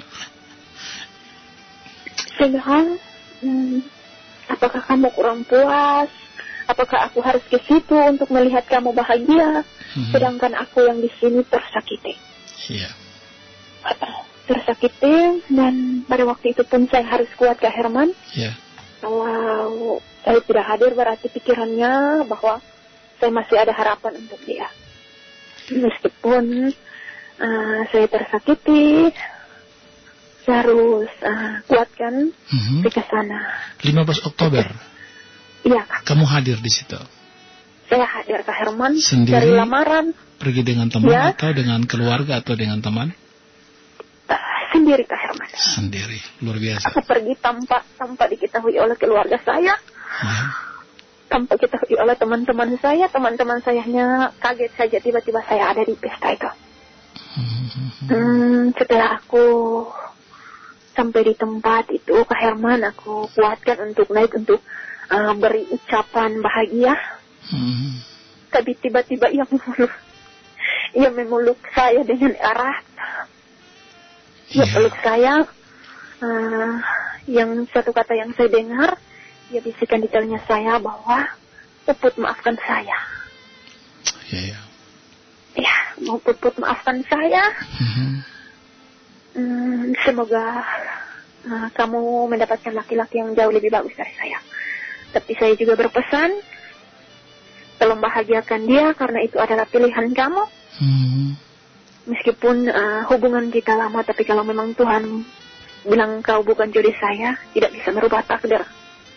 Sehingga, hmm, apakah kamu kurang puas? Apakah aku harus ke situ untuk melihat kamu bahagia, hmm. sedangkan aku yang di sini tersakiti?
Iya.
Tersakiti, dan pada waktu itu pun saya harus kuat, Kak Herman.
Iya.
Kalau saya tidak hadir, berarti pikirannya bahwa saya masih ada harapan untuk dia. Meskipun uh, saya tersakiti, saya harus uh, kuatkan hmm. ke sana.
lima belas Oktober.
Iya, Kak.
Kamu hadir di situ?
Saya hadir, Kak Herman.
Sendiri?
Dari lamaran.
Pergi dengan teman
ya.
Atau dengan keluarga atau dengan teman?
Uh, sendiri, Kak Herman.
Sendiri, luar biasa.
Aku pergi tanpa tanpa diketahui oleh keluarga saya. Ya. Tanpa diketahui oleh teman-teman saya. Teman-teman sayanya kaget saja tiba-tiba saya ada di pesta itu. Hmm. Hmm, setelah aku sampai di tempat itu, Kak Herman, aku kuatkan untuk naik untuk Uh, beri ucapan bahagia, hmm. tapi tiba-tiba ia memeluk, ia memeluk saya dengan erat. Ia yeah. peluk saya, uh, yang satu kata yang saya dengar, ia bisikan di telinga saya bahwa, Puput maafkan saya.
Iya. Yeah.
Ya, mau Puput maafkan saya. Mm-hmm. Hmm, semoga uh, kamu mendapatkan laki-laki yang jauh lebih bagus dari saya. Tapi saya juga berpesan, tolong bahagiakan dia karena itu adalah pilihan kamu. Hmm. Meskipun uh, hubungan kita lama, tapi kalau memang Tuhan bilang kau bukan jodoh saya, tidak bisa merubah takdir.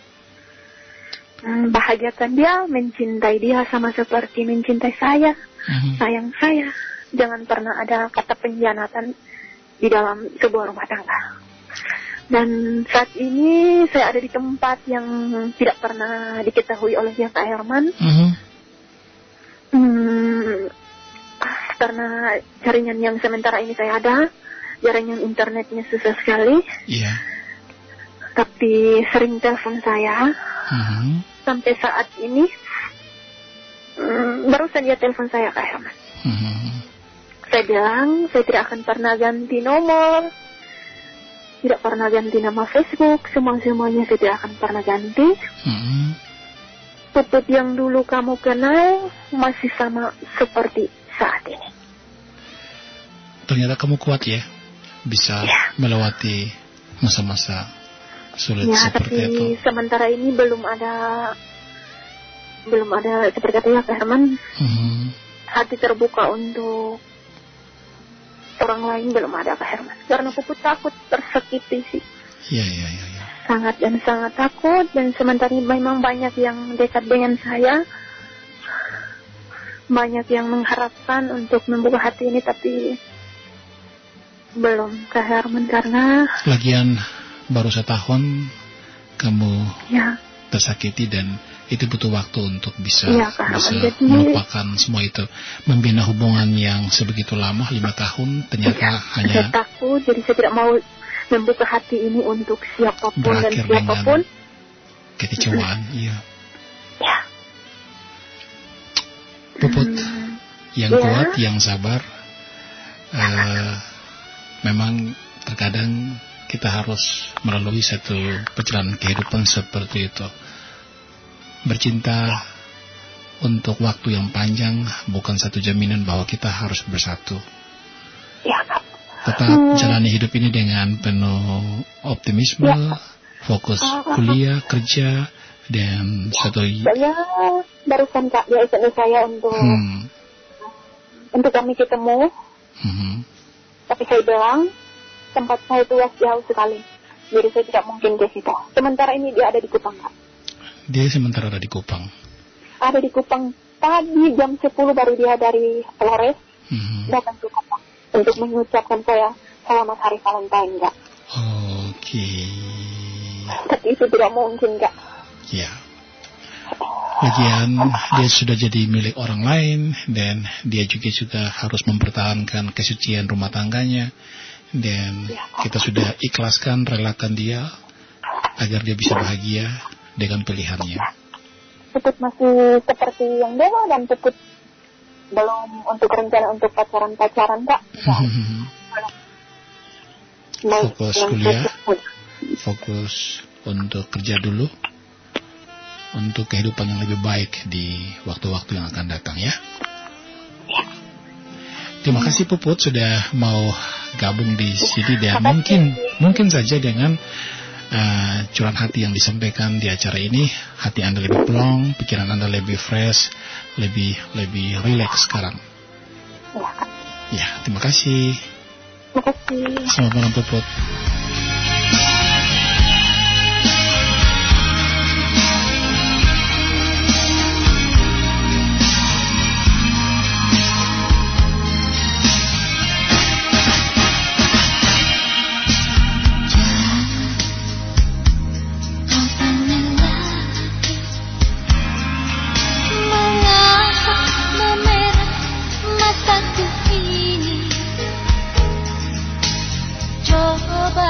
Hmm, bahagiakan dia, mencintai dia sama seperti mencintai saya, hmm. sayang saya. Jangan pernah ada kata pengkhianatan di dalam sebuah rumah tangga. Dan saat ini saya ada di tempat yang tidak pernah diketahui oleh pihak Kak Herman. Mm-hmm. Hmm, karena jaringan yang sementara ini saya ada, jaringan internetnya susah sekali. Iya. Yeah. Tapi sering telepon saya. Mm-hmm. Sampai saat ini, hmm, barusan dia telepon saya, Kak Herman. Mm-hmm. Saya bilang saya tidak akan pernah ganti nomor, tidak pernah ganti nama Facebook, semua-semuanya saya tidak akan pernah ganti.
Mm-hmm.
Puput yang dulu kamu kenal masih sama seperti saat ini.
Ternyata kamu kuat ya, bisa
ya.
melewati masa-masa sulit
ya,
seperti
tapi
itu.
Sementara ini belum ada, belum ada seperti katanya Kak Herman,
Mm-hmm.
hati terbuka untuk orang lain belum ada Kak Herman. Karena Puput takut tersakiti sih.
Iya, iya, iya. Ya.
Sangat dan sangat takut, dan sementara ini memang banyak yang dekat dengan saya, banyak yang mengharapkan untuk membuka hati ini, tapi belum Kak Herman, karena
Lagian baru setahun kamu
ya,
tersakiti dan itu butuh waktu untuk bisa
ya, Kak
bisa
Herman. Jadi,
melupakan semua itu. Membina hubungan yang sebegitu lama, lima tahun, ternyata
ya,
hanya
saya takut, jadi saya tidak mau membuka hati ini untuk siapapun dan
berakhir
siapapun.
dengan kekecewaan. Iya.
Ya.
Puput
Hmm,
yang
ya.
kuat, yang sabar. Uh, memang terkadang kita harus melalui satu perjalanan kehidupan seperti itu. Bercinta untuk waktu yang panjang bukan satu jaminan bahwa kita harus bersatu.
Ya, Kak.
Tetap
Hmm.
jalani hidup ini dengan penuh optimisme,
Ya.
fokus kuliah, kerja, dan satu.
Saya barusan Kak dia S M S saya untuk
Hmm.
untuk kami ketemu.
Hmm.
Tapi saya bilang tempat saya itu jauh sekali, jadi saya tidak mungkin ke situ. Sementara ini dia ada di Kupang, Kak.
Dia sementara ada di Kupang.
Ada di Kupang. Tadi jam sepuluh baru dia dari Flores
Hmm.
datang ke Kupang untuk mengucapkan saya selamat hari Valentine, Kak.
Oke.
Tapi itu tidak mungkin, Kak.
Ya. Lagian dia sudah jadi milik orang lain, dan dia juga juga harus mempertahankan kesucian rumah tangganya, dan kita sudah ikhlaskan, relakan dia agar dia bisa bahagia dengan pilihannya.
Puput masih seperti yang dulu, dan Puput belum untuk rencana untuk pacaran-pacaran, Kak.
Fokus kuliah, fokus untuk kerja dulu, untuk kehidupan yang lebih baik di waktu-waktu yang akan datang ya. Terima kasih Puput sudah mau gabung di sini, dan mungkin mungkin saja dengan uh, curahan hati yang disampaikan di acara ini, hati Anda lebih plong, pikiran Anda lebih fresh, lebih lebih rileks sekarang. Ya, terima kasih.
Terima kasih.
Selamat malam Puput.
Coba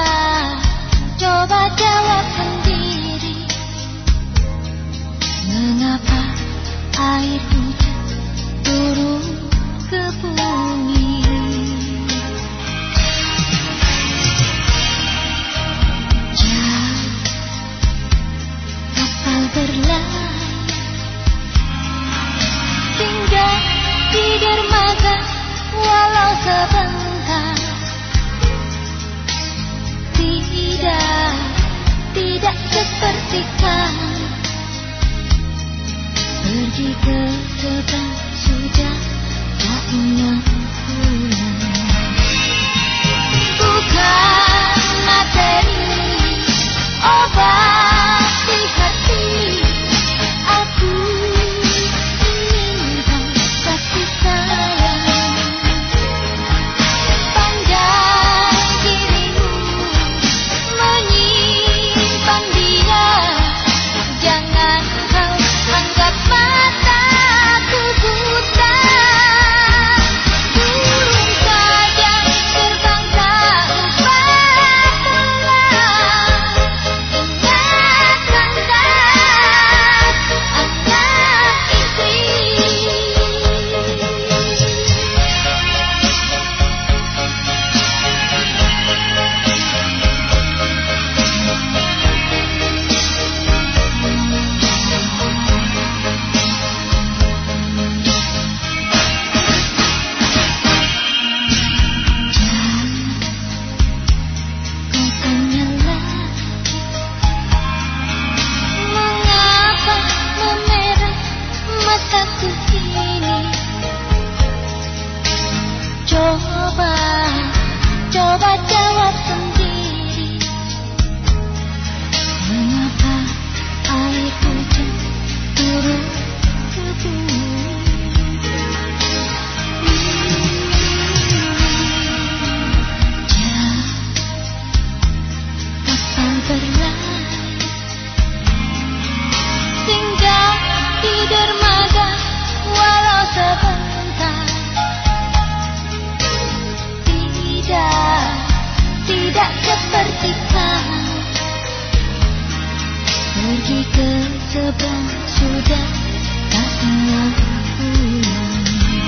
seberang sudah tak ingat pulang.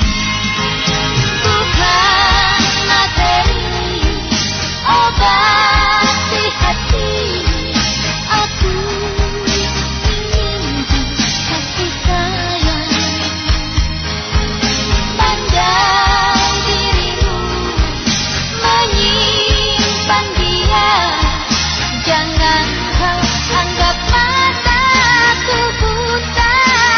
Bukan materi obati hati, aku ingin kasih sayang. Pandang dirimu menyimpan dia, jangan kau anggap mataku buta.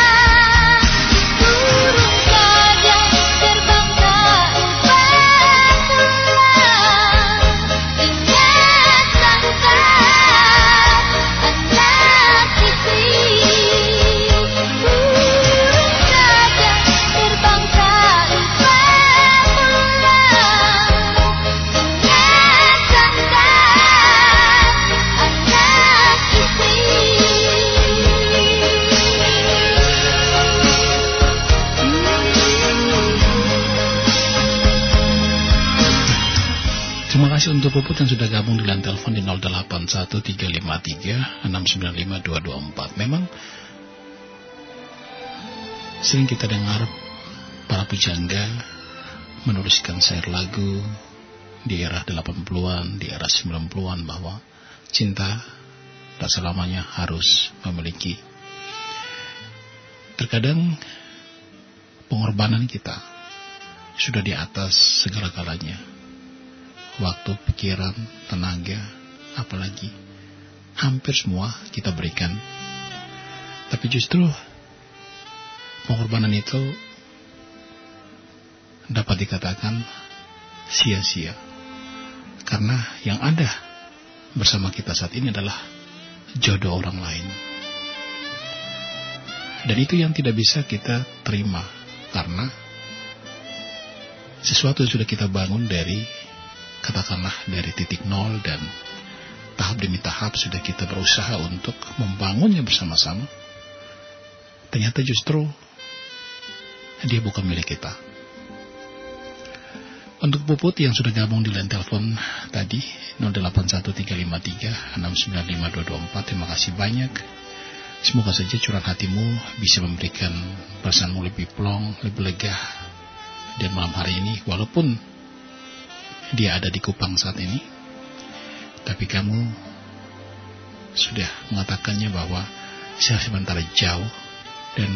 Burung saja terbang tak lupa pulang. Ingat sangka anak istri. Burung saja terbang tak lupa pulang. Ingat sangka anak
Terima kasih untuk Puput yang sudah gabung di line telepon di nol delapan satu tiga lima tiga enam sembilan lima dua dua empat. Memang sering kita dengar para pujangga menuliskan syair lagu di era delapan puluhan, di era sembilan puluhan bahwa cinta tak selamanya harus memiliki. Terkadang pengorbanan kita sudah di atas segala-galanya. Waktu, pikiran, tenaga, apalagi hampir semua kita berikan. Tapi justru pengorbanan itu dapat dikatakan sia-sia, karena yang ada bersama kita saat ini adalah jodoh orang lain. Dan itu yang tidak bisa kita terima, karena sesuatu yang sudah kita bangun dari, katakanlah dari titik nol, dan tahap demi tahap sudah kita berusaha untuk membangunnya bersama-sama. Ternyata justru dia bukan milik kita. Untuk Puput yang sudah gabung di line telepon tadi nol delapan satu tiga lima tiga enam sembilan lima dua dua empat, terima kasih banyak. Semoga saja curahan hatimu bisa memberikan perasaanmu lebih plong, lebih lega. Dan malam hari ini, walaupun dia ada di Kupang saat ini, tapi kamu sudah mengatakannya bahwa saya sementara jauh dan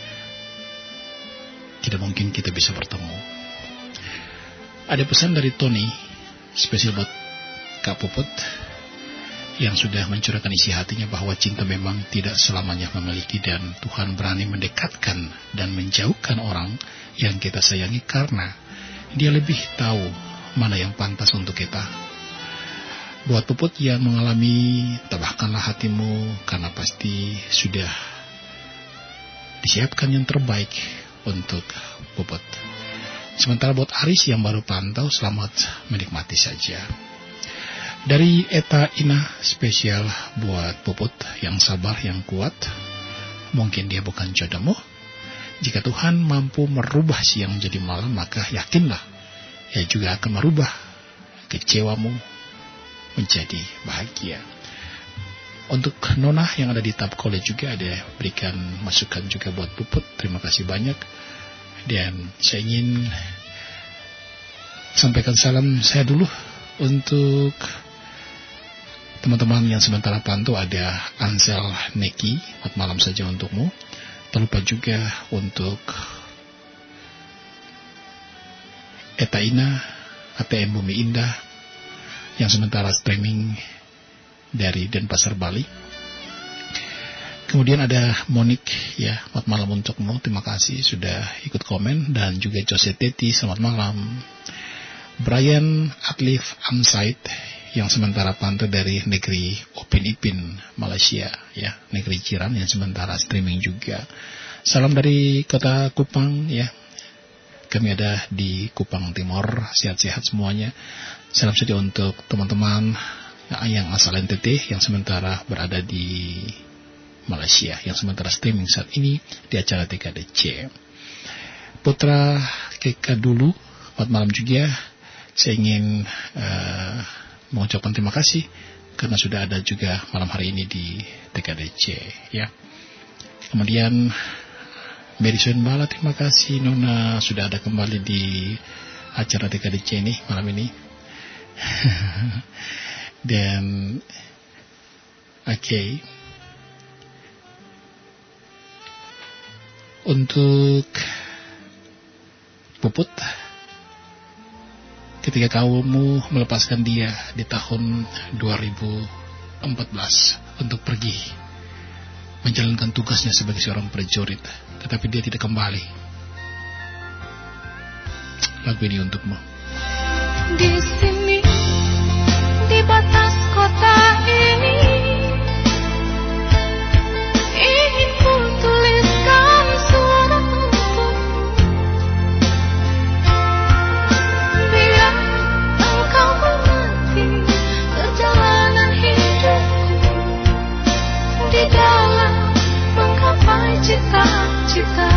tidak mungkin kita bisa bertemu. Ada pesan dari Tony, spesial buat Kak Puput, yang sudah mencurahkan isi hatinya bahwa cinta memang tidak selamanya memiliki, dan Tuhan berani mendekatkan dan menjauhkan orang yang kita sayangi karena Dia lebih tahu mana yang pantas untuk kita. Buat Puput yang mengalami, tabahkanlah hatimu, karena pasti sudah disiapkan yang terbaik untuk Puput. Sementara buat Aris yang baru pantau, selamat menikmati saja. Dari Eta Ina, spesial buat Puput yang sabar, yang kuat. Mungkin dia bukan jodohmu. Jika Tuhan mampu merubah siang menjadi malam, maka yakinlah Ia juga akan merubah kecewamu menjadi bahagia. Untuk Nona yang ada di Tab College juga ada berikan masukan juga buat Puput. Terima kasih banyak. Dan saya ingin sampaikan salam saya dulu untuk teman-teman yang sementara pantau. Ada Ansel Neki, selamat malam saja untukmu. Terlupa juga untuk Eta Ina, A T M Bumi Indah, yang sementara streaming dari Denpasar, Bali. Kemudian ada Monik, ya, selamat malam untukmu, terima kasih sudah ikut komen. Dan juga Jose Teti, selamat malam. Brian Atlif Amsaid, yang sementara pantau dari negeri Upin Ipin, Malaysia, ya, negeri jiran, yang sementara streaming juga. Salam dari kota Kupang, ya. Kami ada di Kupang Timur, sehat-sehat semuanya. Salam saja untuk teman-teman yang asal N T T, yang sementara berada di Malaysia, yang sementara streaming saat ini di acara T K D C. Putra Keka dulu, selamat malam juga. Saya ingin uh, mengucapkan terima kasih karena sudah ada juga malam hari ini di T K D C, ya. Kemudian Mary Sunbala, terima kasih Nona sudah ada kembali di acara T K D C ini malam ini. Dan oke, okay. Untuk Puput, ketika kamu melepaskan dia di tahun dua ribu empat belas untuk pergi menjalankan tugasnya sebagai seorang prajurit, tetapi dia tidak kembali. Lagu ini untukmu.
Di sini, di batas kota ini, ingin ku tuliskan surat untukmu, biar engkau mengerti perjalanan hidupku di dalam menggapai cita-cita.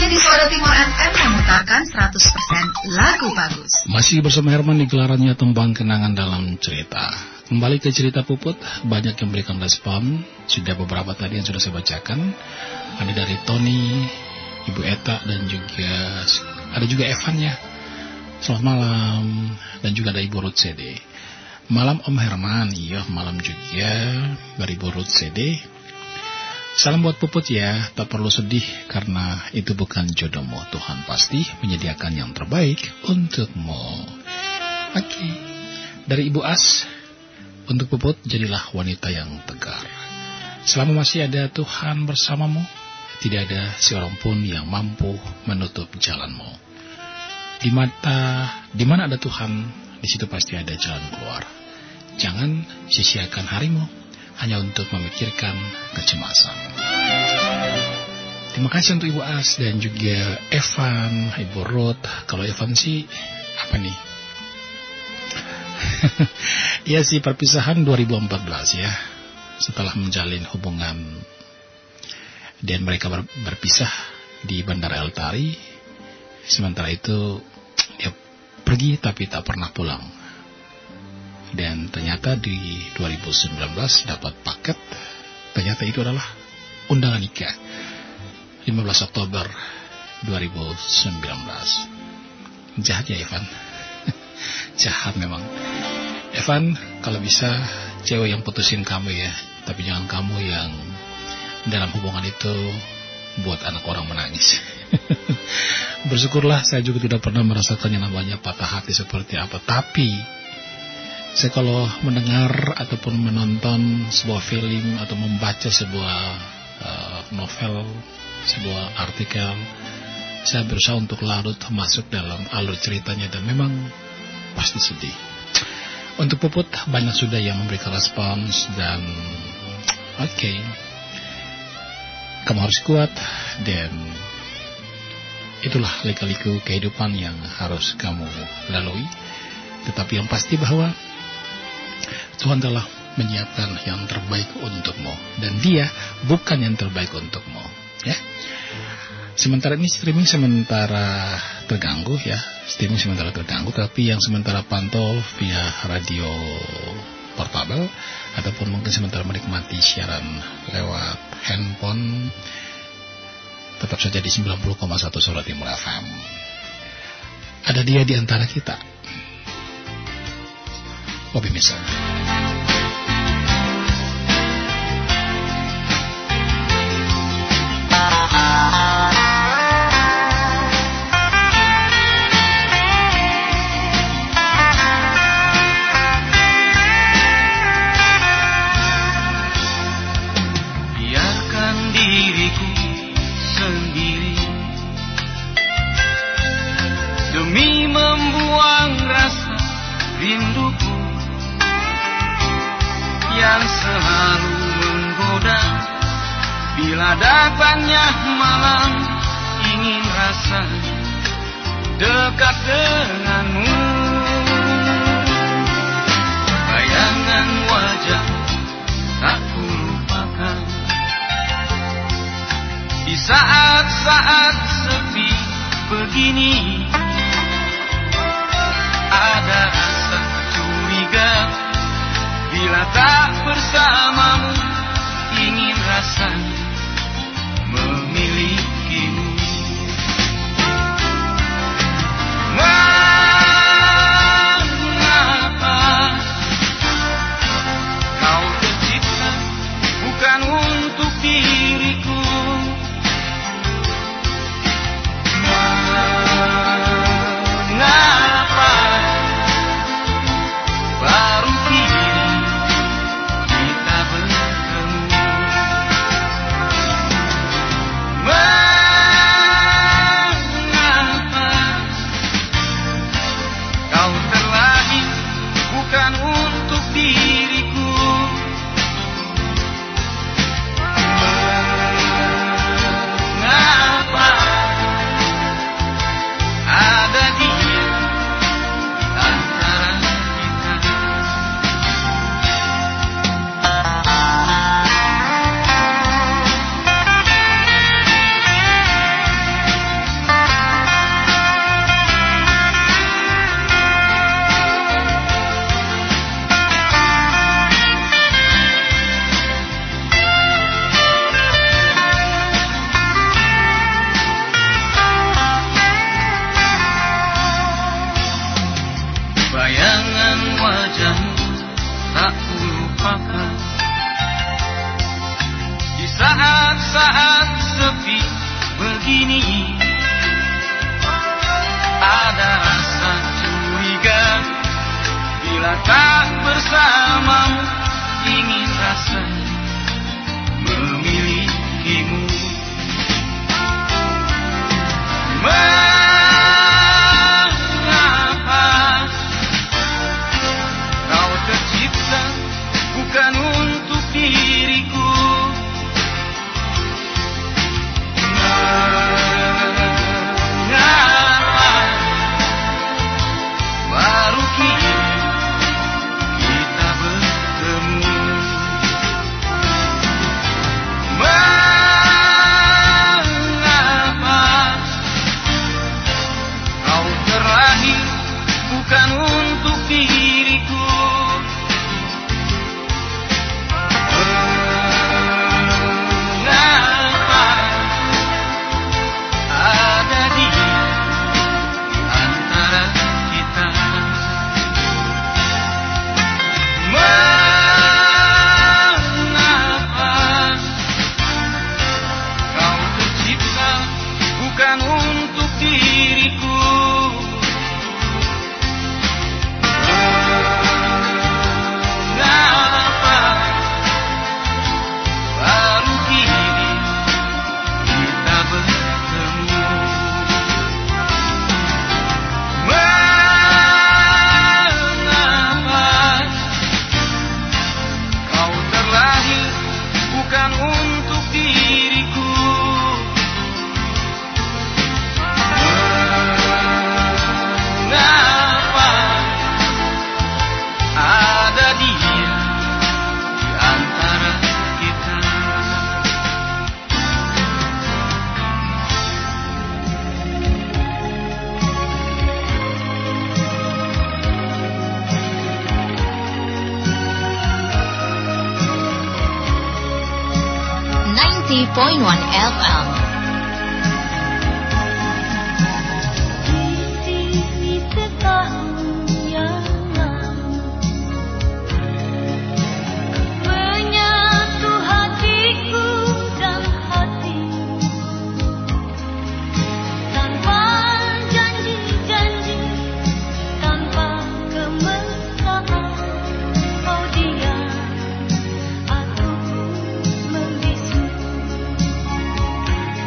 Masih di Suara Timur F M memutarkan seratus persen lagu bagus.
Masih bersama Herman di gelarannya Tembang Kenangan dalam Cerita. Kembali ke cerita Puput, banyak yang berikan respon. Sudah beberapa tadi yang sudah saya bacakan. Ada dari Tony, Ibu Eta, dan juga ada juga Evan ya. Selamat malam. Dan juga ada Ibu Ruth C D. Malam Om Herman, iya malam juga dari Ibu Ruth C D. Salam buat Puput ya, tak perlu sedih karena itu bukan jodohmu. Tuhan pasti menyediakan yang terbaik untukmu. Oke, okay. Dari Ibu As, untuk Puput jadilah wanita yang tegar. Selama masih ada Tuhan bersamamu, tidak ada seorang pun yang mampu menutup jalanmu. Di mata, di mana ada Tuhan, di situ pasti ada jalan keluar. Jangan sia-siakan harimu hanya untuk memikirkan kecemasan. Terima kasih untuk Ibu As dan juga Evan, Ibu Ruth. Kalau Evan sih, apa nih? Iya sih, perpisahan dua ribu empat belas ya. Setelah menjalin hubungan dan mereka ber, berpisah di Bandara El Tari. Sementara itu dia pergi tapi tak pernah pulang. Dan ternyata di dua ribu sembilan belas dapat paket. Ternyata itu adalah undangan nikah lima belas Oktober dua ribu sembilan belas. Jahat ya Evan. Jahat memang Evan, kalau bisa cewek yang putusin kamu ya. Tapi jangan kamu yang dalam hubungan itu buat anak orang menangis. Bersyukurlah saya juga tidak pernah merasakan yang namanya patah hati seperti apa. Tapi saya kalau mendengar ataupun menonton sebuah film atau membaca sebuah uh, novel, sebuah artikel, saya berusaha untuk larut masuk dalam alur ceritanya dan memang pasti sedih. Untuk Puput banyak sudah yang memberikan respons dan oke, okay, kamu harus kuat dan itulah lika-liku kehidupan yang harus kamu lalui. Tetapi yang pasti bahwa Tuhan telah menyiapkan yang terbaik untukmu dan Dia bukan yang terbaik untukmu, ya. Sementara ini streaming sementara terganggu ya, streaming sementara terganggu, tapi yang sementara pantau via radio portabel ataupun mungkin sementara menikmati siaran lewat handphone, tetap saja di sembilan puluh koma satu Suara Timur F M. Ada dia di antara kita, Bobby Misel.
Selalu menggoda bila datangnya malam, ingin rasa dekat denganmu. Bayangan wajah tak kulupakan di saat-saat sepi begini. Ada rasa curiga bila tak bersamamu, ingin rasanya memilikimu. Mengapa kau tercipta bukan untuk diriku? Mengapa baru kini kita bertemu? bila tak bersamamu, ingin rasa memilikimu. Mengapa kau tercipta bukan untuk diriku? Mengapa baru kini kita bertemu? Mengapa kau terlahir bukan untuk diriku? Mengapa ada dia antara kita? Mengapa kau tercipta bukan untuk diriku? Mengapa baru kini kita bertemu? Mengapa kau terlahir bukan untuk diriku? Mengapa ada dia di antara kita?
ninety point one F M.
Di setahun yang lalu menyatu hatiku dan hatimu tanpa janji-janji, tanpa kemesraan. Kau diam, aku membisu.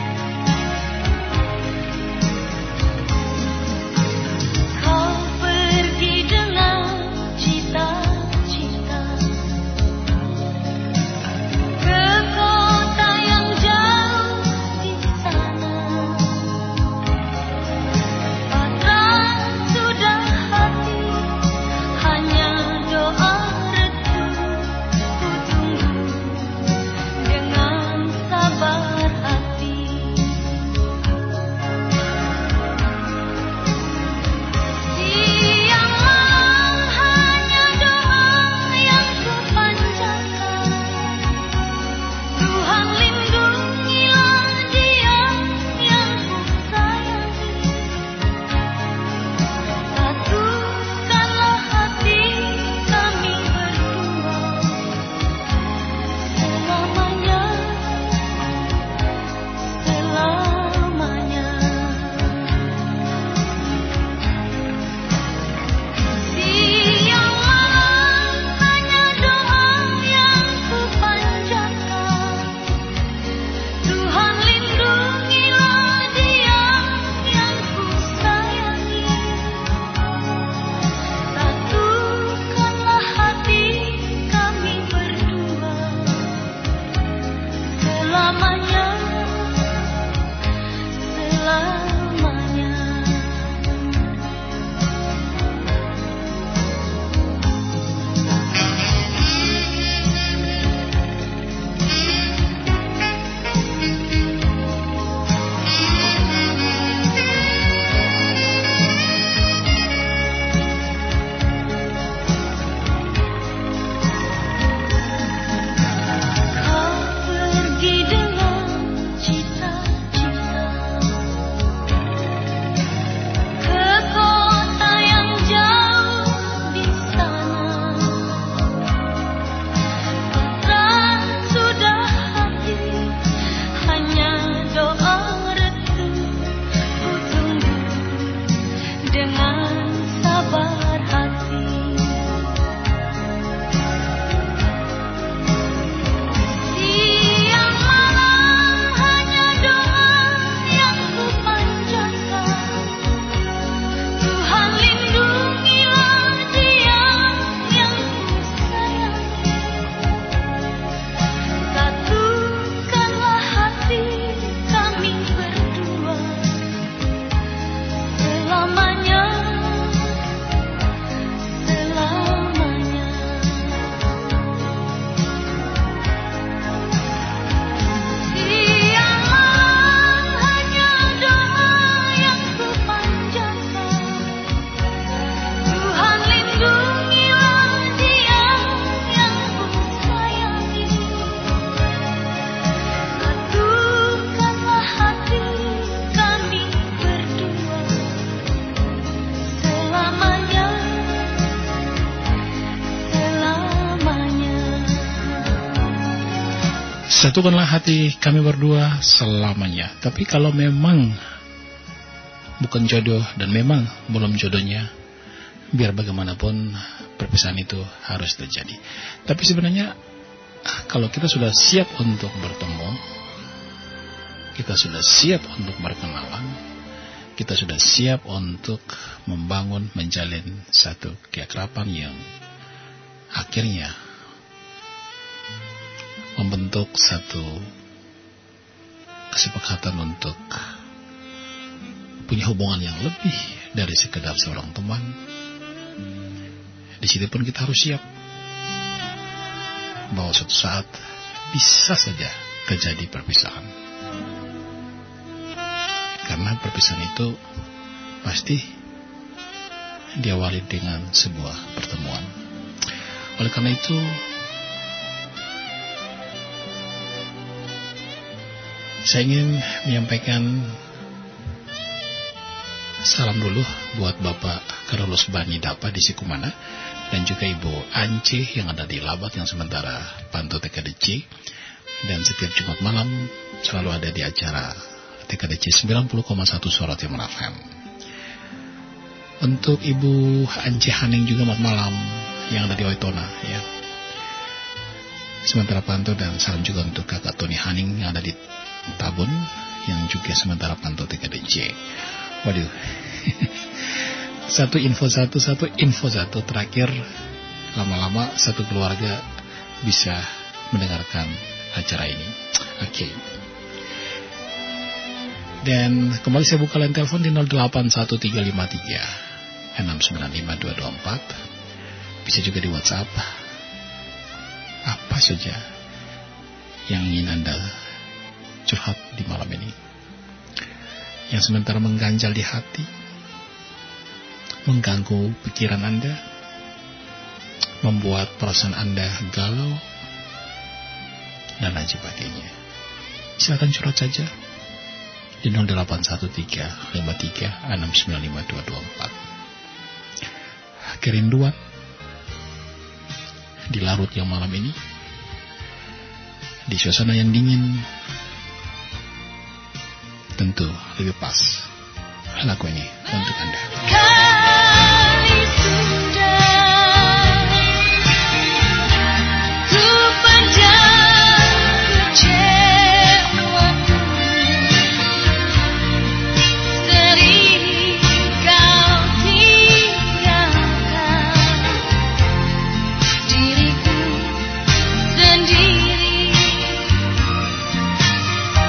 Satukanlah hati kami berdua selamanya. Tapi kalau memang bukan jodoh dan memang belum jodohnya, biar bagaimanapun perpisahan itu harus terjadi. Tapi sebenarnya kalau kita sudah siap untuk bertemu, kita sudah siap untuk berkenalan, kita sudah siap untuk membangun, menjalin satu keakraban yang akhirnya membentuk satu kesepakatan untuk punya hubungan yang lebih dari sekedar seorang teman. Di situ pun kita harus siap bahwa suatu saat bisa saja terjadi perpisahan. Karena perpisahan itu pasti diawali dengan sebuah pertemuan. Oleh karena itu, saya ingin menyampaikan salam dulu buat Bapak Carlos Bani Dapa di Sikumana dan juga Ibu Ance yang ada di Labat yang sementara pantau T K D C, dan setiap Jumat malam selalu ada di acara T K D C sembilan puluh koma satu Suara Timur F M. Untuk Ibu Ance Haning juga selamat malam yang ada di Oitona ya. Sementara pantau, dan salam juga untuk Kakak Tony Haning yang ada di Tabun yang juga sementara pantau T K D C. Waduh. Satu info satu, satu info satu. Terakhir, lama-lama satu keluarga bisa mendengarkan acara ini. Oke. Okay. Dan kembali saya buka line telepon di nol delapan satu tiga lima tiga enam sembilan lima dua dua empat. Bisa juga di WhatsApp. Apa saja yang ingin Anda curhat di malam ini, yang sementara mengganjal di hati, mengganggu pikiran Anda, membuat perasaan Anda galau, dan lain sebagainya. Silakan curhat saja di nol delapan satu tiga lima tiga enam sembilan lima dua dua empat. Kerinduan di larut yang malam ini, di suasana yang dingin, tentu lebih pas lagu ini untuk Anda.
Kali sudah ku pandang kecewaku, sering kau tinggalkan diriku sendiri.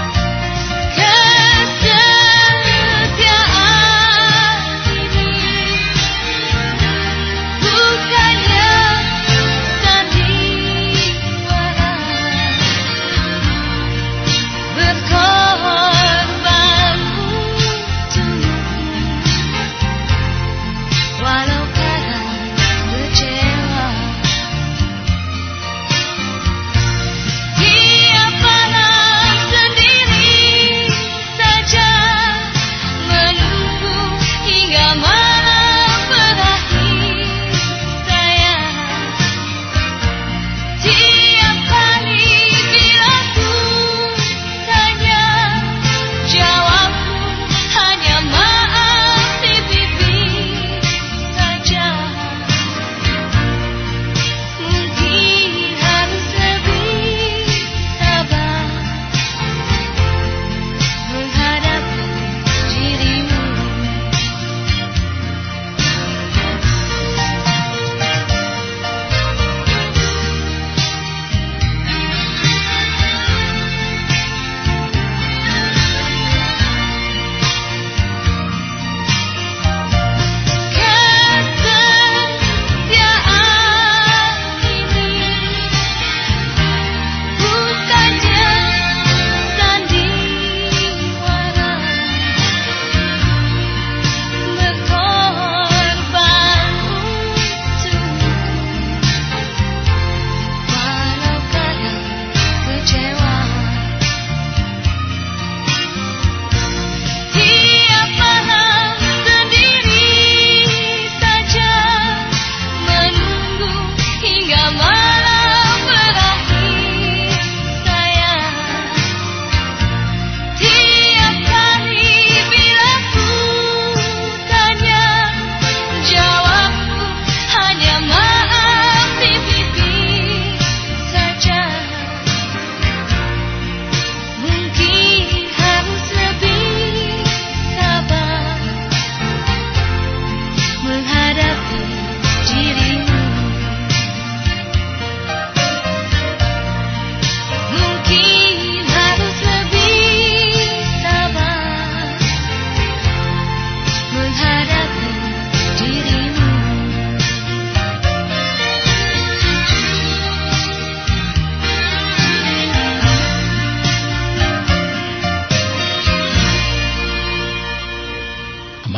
Kesetiaan ini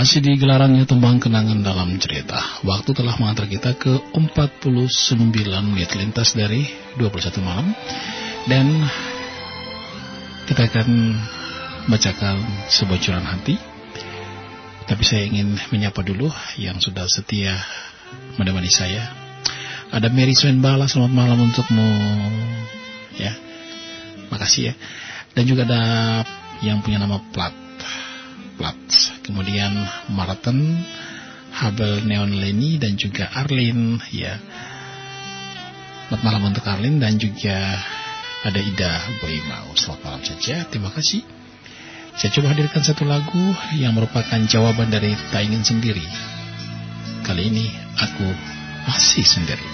Masih di gelarannya Tembang Kenangan dalam cerita. Waktu telah mengantar kita ke empat puluh sembilan menit lintas dari dua puluh satu malam. Dan kita akan bacakan sebocoran hati. Tapi saya ingin menyapa dulu yang sudah setia menemani saya. Ada Mary Swenbala, selamat malam untukmu. Ya, makasih ya. Dan juga ada yang punya nama Plat. Plat. Kemudian Marathon, Habel Neon Leni, dan juga Arlin. Ya, selamat malam untuk Arlin. Dan juga ada Ida Boimau. Selamat malam saja, terima kasih. Saya coba hadirkan satu lagu yang merupakan jawaban dari Tak Ingin Sendiri. Kali ini aku masih sendiri.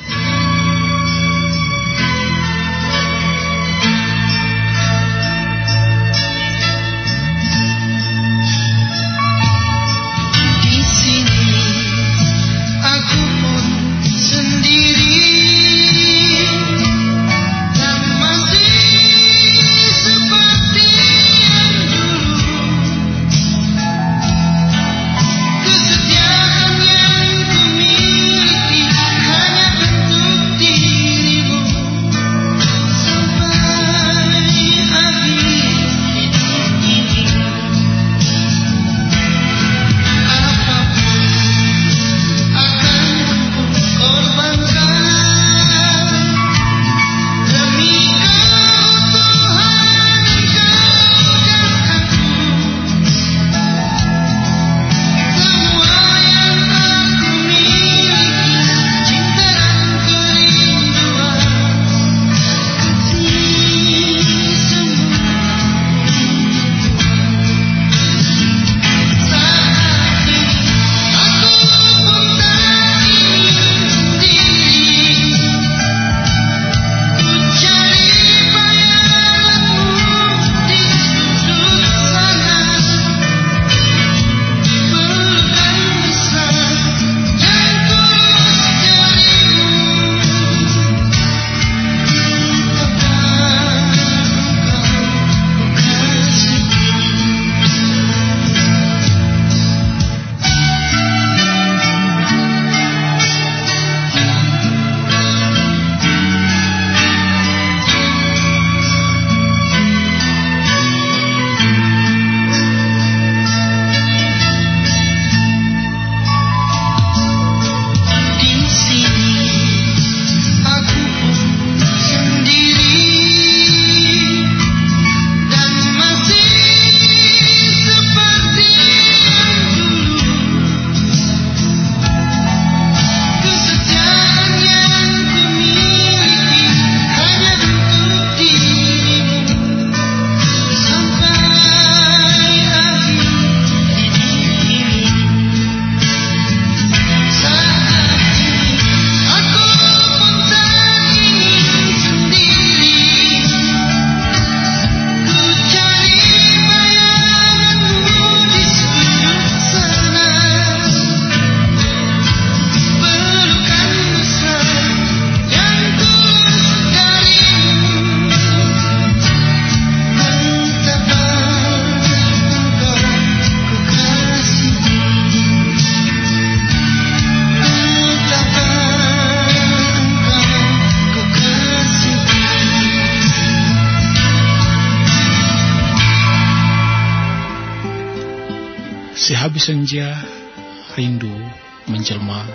Sehabis senja, rindu menjelma.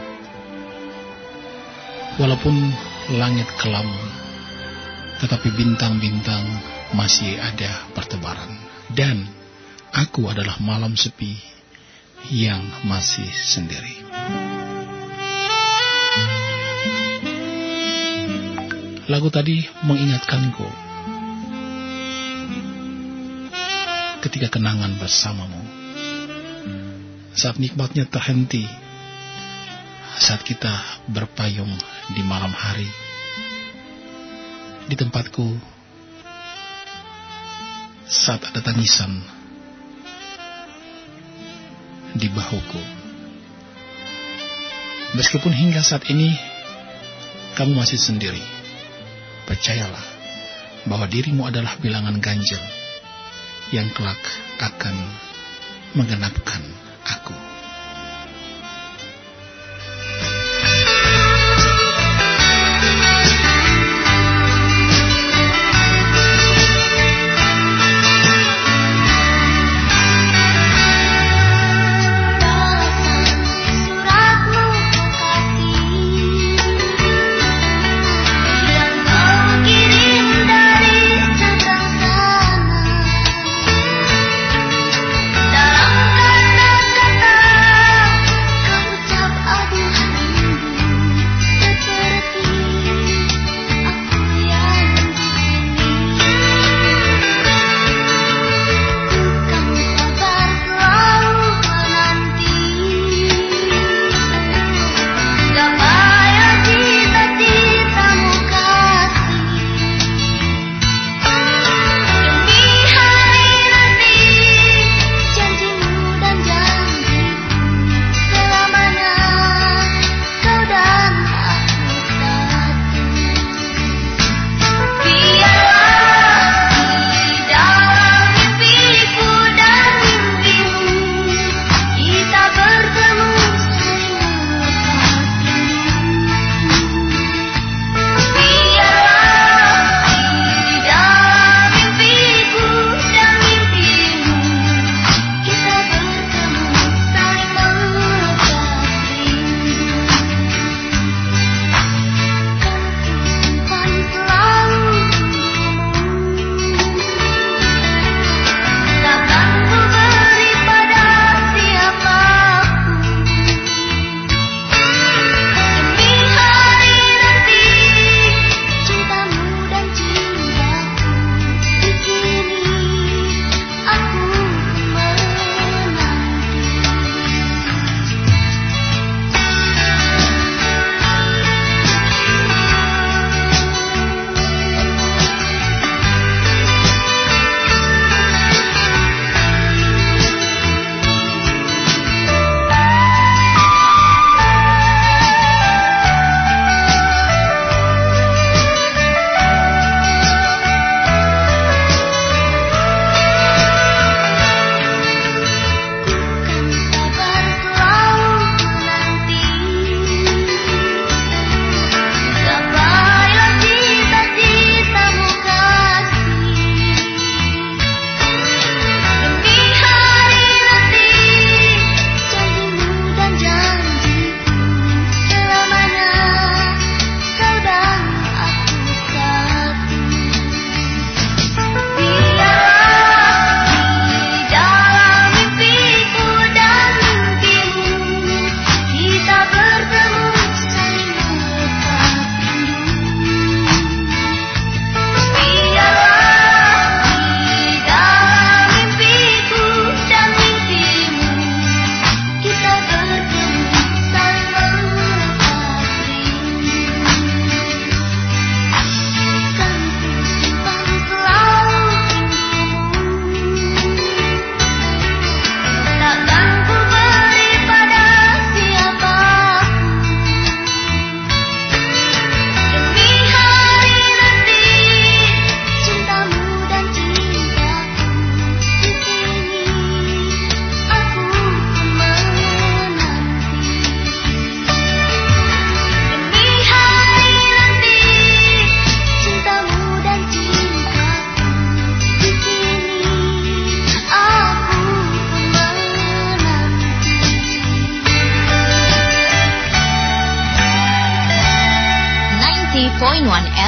Walaupun langit kelam, tetapi bintang-bintang masih ada bertebaran. Dan aku adalah malam sepi yang masih sendiri. Lagu tadi mengingatkanku ketika kenangan bersamamu. Saat nikmatnya terhenti, saat kita berpayung di malam hari, di tempatku, saat ada tangisan di bahuku. Meskipun hingga saat ini kamu masih sendiri, percayalah bahwa dirimu adalah bilangan ganjil yang kelak akan menggenapkan aku.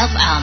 F M.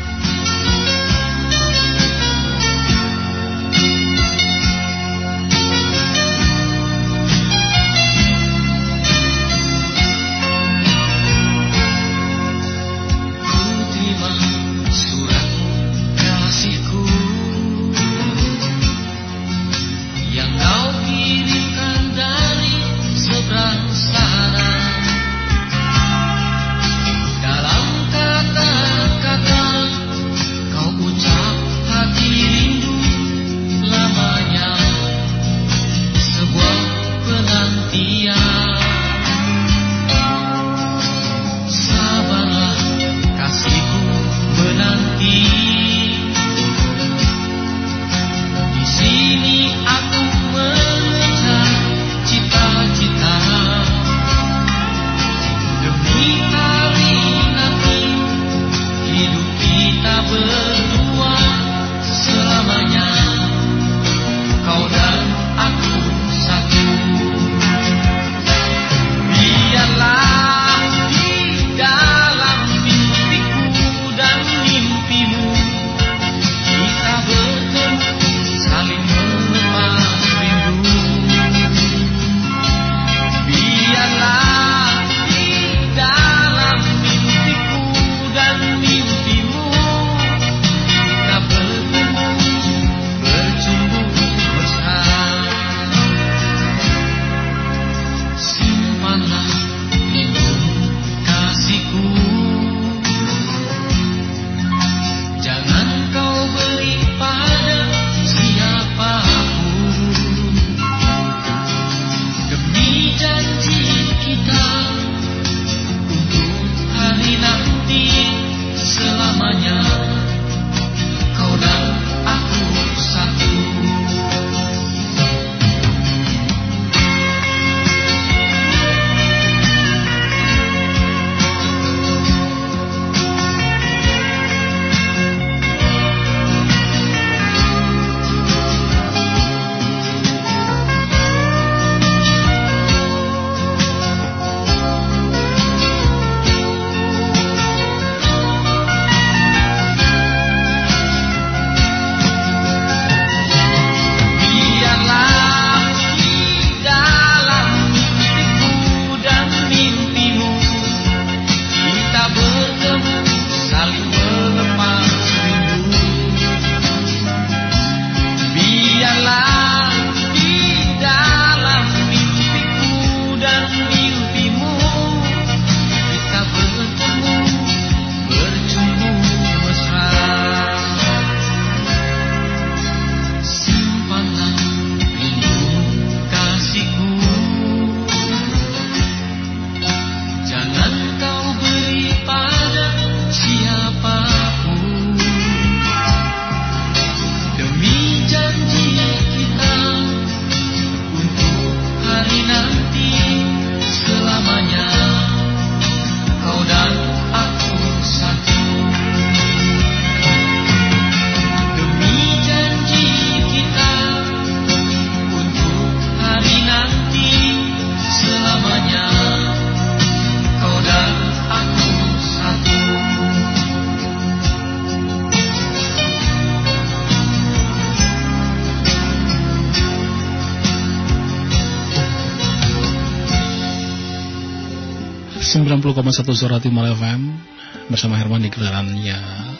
sembilan puluh koma satu Suara Timur F M bersama Herman di gelarannya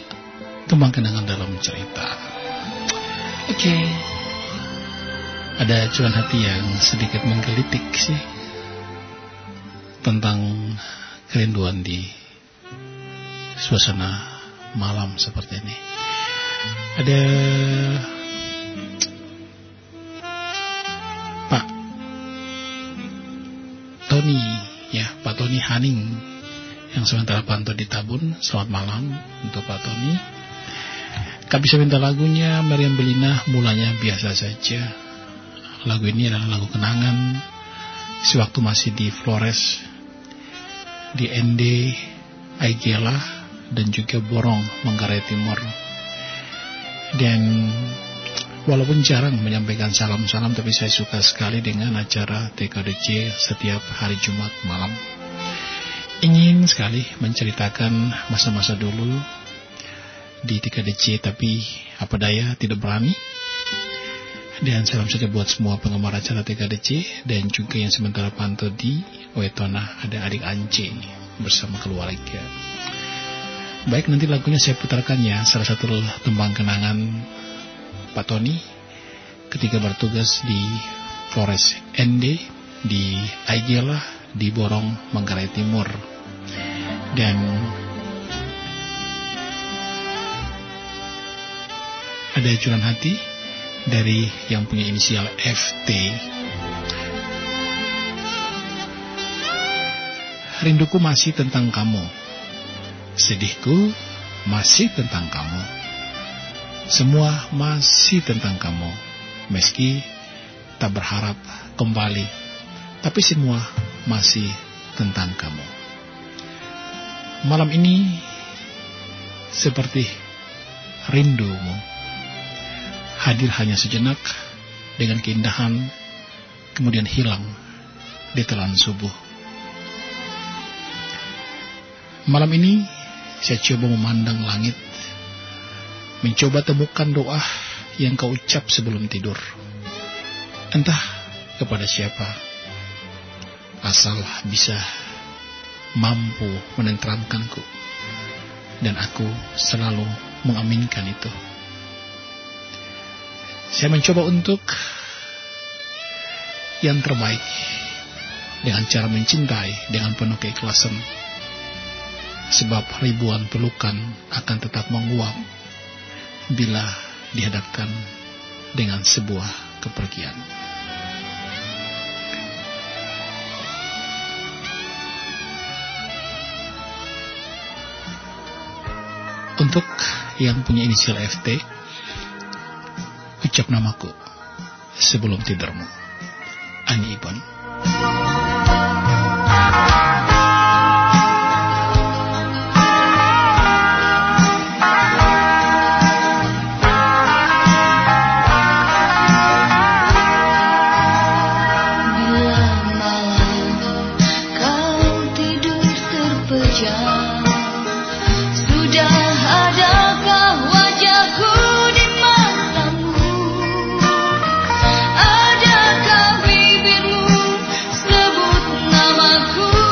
Tembang Kenangan Dalam Cerita. Oke, okay. Ada curahan hati yang sedikit menggelitik sih tentang kerinduan di suasana malam seperti ini. Ada Pak Tony, ya, Pak Tony Haning yang sementara pantau di Tabun. Selamat malam untuk Pak Tony. Kak bisa minta lagunya Meriam Belina, Mulanya Biasa Saja. Lagu ini adalah lagu kenangan sewaktu masih di Flores, di N D, Aigela, dan juga Borong, Manggarai Timur. Dan walaupun jarang menyampaikan salam-salam, tapi saya suka sekali dengan acara T K D C setiap hari Jumat malam. Ingin sekali menceritakan masa-masa dulu di T K D C, tapi apa daya tidak berani. Dan salam saja buat semua penggemar acara T K D C, dan juga yang sementara pantau di Wetona, ada adik Ance bersama keluarga. Baik, nanti lagunya saya putarkan ya, salah satu tembang kenangan Pak Tony ketika bertugas di Flores N D di Aigela di Borong, Manggarai Timur. Dan ada curahan hati dari yang punya inisial F T. Rinduku masih tentang kamu, sedihku masih tentang kamu, semua masih tentang kamu. Meski tak berharap kembali, tapi semua masih tentang kamu. Malam ini seperti rindumu, hadir hanya sejenak dengan keindahan, kemudian hilang di telan subuh. Malam ini saya coba memandang langit, mencoba temukan doa yang kau ucap sebelum tidur. Entah kepada siapa, asal bisa mampu menenteramkanku, dan aku selalu mengaminkan itu. Saya mencoba untuk yang terbaik dengan cara mencintai dengan penuh keikhlasan, sebab ribuan pelukan akan tetap menguap bila dihadapkan dengan sebuah kepergian. Untuk yang punya inisial F T, ucap namaku sebelum tidurmu, Ani Ibon.
Adakah bibirmu sebut namaku?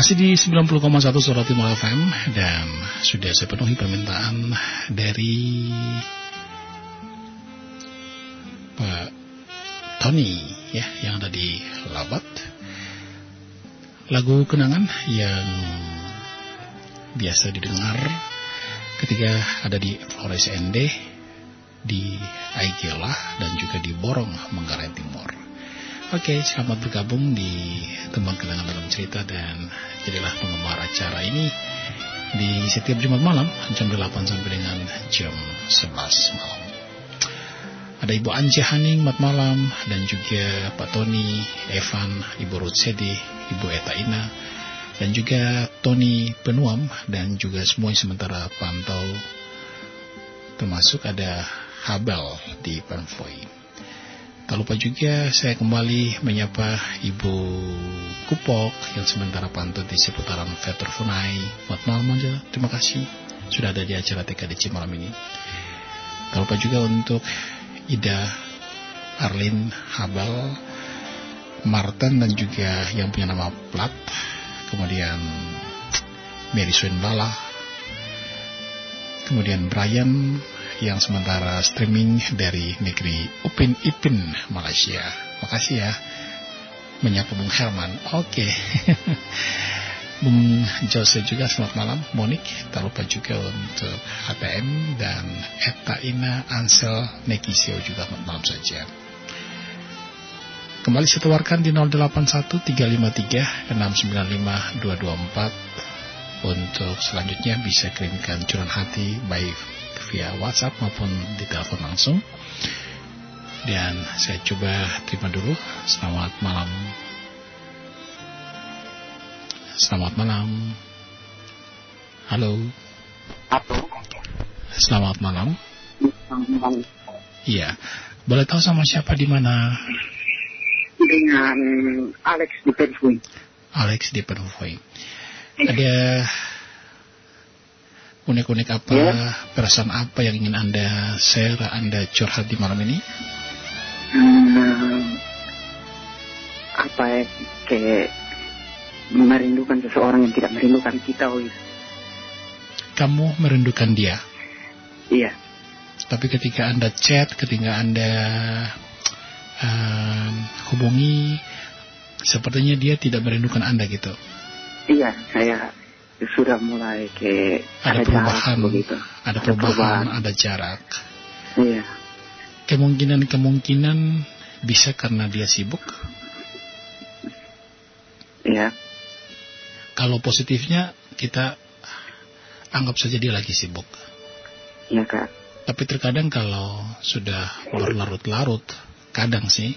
Masih di sembilan puluh koma satu Suara Timur F M, dan sudah saya penuhi permintaan dari Pak Tony ya, yang ada di Labat. Lagu kenangan yang biasa didengar ketika ada di Flores N D, di Aigela, dan juga di Borong, Manggarai Timur. Oke, selamat bergabung di Teman Kenangan Dalam Cerita, dan jadilah penggemar acara ini di setiap Jumat malam jam delapan sampai dengan jam sebelas malam. Ada Ibu Anje Haning, mat malam, dan juga Pak Tony, Evan, Ibu Ruth Sedi, Ibu Eta Ina, dan juga Tony Penuam, dan juga semua yang sementara pantau, termasuk ada Habel di Penfoy. Tak lupa juga saya kembali menyapa Ibu Kupok yang sementara pantau di seputaran Veter Funai. Selamat malam aja, terima kasih sudah ada di acara T K D C malam ini. Tak lupa juga untuk Ida, Arlin, Habel, Martin, dan juga yang punya nama Plat, kemudian Mary Suen Bala, kemudian Brian yang sementara streaming dari negeri Upin Ipin, Malaysia. Makasih ya. Menyapa Bung Herman. Oke. Okay. Bung Jose juga selamat malam. Monik, tak lupa juga untuk H T M dan Eta Ina, Ansel, Nekisio juga selamat malam saja. Kembali saya tawarkan di nol delapan satu tiga lima tiga enam sembilan lima dua dua empat. Untuk selanjutnya bisa kirimkan curahan hati baik via WhatsApp maupun di telepon langsung. Dan saya coba terima dulu. Selamat malam. Selamat malam. Halo.
Halo.
Selamat malam.
Selamat malam.
Iya. Boleh tahu sama siapa di mana?
Dengan Alex di Penfoy.
Alex di Penfoy. Ada unik-unik apa, ya? Perasaan apa yang ingin Anda share, Anda curhat di malam ini?
Hmm, apa ya, kayak merindukan seseorang yang tidak merindukan kita. Oh.
Kamu merindukan dia?
Iya.
Tapi ketika Anda chat, ketika Anda um, hubungi, sepertinya dia tidak merindukan Anda gitu?
Iya, saya sudah mulai kayak
ada, ada perubahan,
begitu.
Ada, ada perubahan, perubahan, ada jarak.
Iya.
Kemungkinan-kemungkinan bisa karena dia sibuk.
Iya.
Kalau positifnya kita anggap saja dia lagi sibuk.
Iya, Kak.
Tapi terkadang kalau sudah berlarut-larut, kadang sih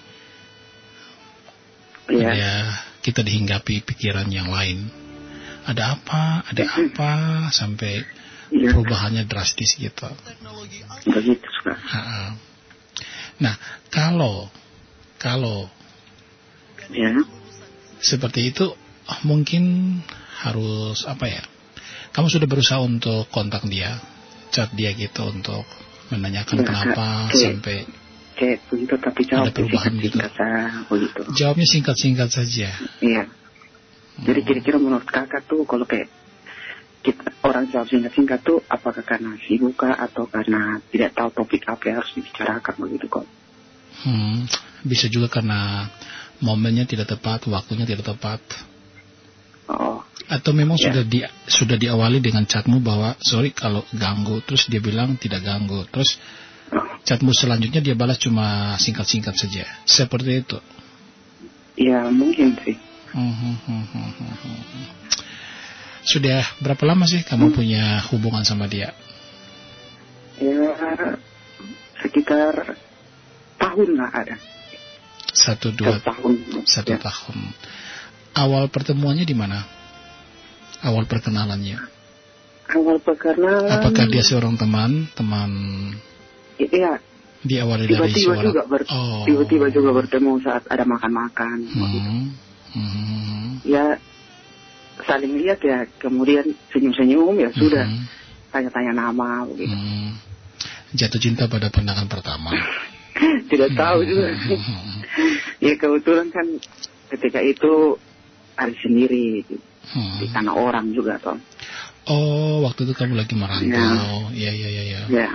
iya.
ada kita dihinggapi pikiran yang lain. Ada apa, ada apa, sampai ya. Perubahannya drastis gitu.
Begitu, Kak.
Nah, kalau kalau
ya.
Seperti itu, mungkin harus apa ya? Kamu sudah berusaha untuk kontak dia, chat dia gitu untuk menanyakan ya, kenapa kayak, sampai
kayak begitu, tapi jawab
ada perubahan gitu.
Begitu.
Jawabnya singkat-singkat saja.
Iya. Jadi kira-kira menurut kakak tuh kalau kayak kita orang jawab singkat-singkat tuh apakah karena sibuk atau karena tidak tahu topik apa yang harus dibicarakan begitu kok?
Hmm, bisa juga karena momennya tidak tepat, waktunya tidak tepat.
Oh.
Atau memang
ya.
sudah di sudah diawali dengan chatmu bahwa sorry kalau ganggu, terus dia bilang tidak ganggu, terus oh. chatmu selanjutnya dia balas cuma singkat-singkat saja, seperti itu.
Ya mungkin sih.
Hmm, hmm, hmm, hmm, hmm. Sudah berapa lama sih kamu hmm. punya hubungan sama dia?
Ya sekitar tahun lah ada.
Satu dua
satu tahun.
Satu
ya.
tahun. Awal pertemuannya di mana? Awal perkenalannya?
Awal perkenalan.
Apakah dia seorang teman, teman?
Iya.
Diawali
tiba-tiba
dari seorang.
Juga ber,
oh.
Tiba-tiba juga bertemu saat ada makan-makan.
Hmm.
Gitu.
Hmm.
Ya saling lihat ya, kemudian senyum-senyum ya sudah. Hmm. Tanya-tanya nama begitu.
Hmm. Jatuh cinta pada pandangan pertama.
Tidak tahu juga. Ya kebetulan kan ketika itu hari sendiri. Hmm. Di tanah orang juga toh.
Oh, waktu itu kamu lagi merantau. Ya, ya, ya, ya.
Ya.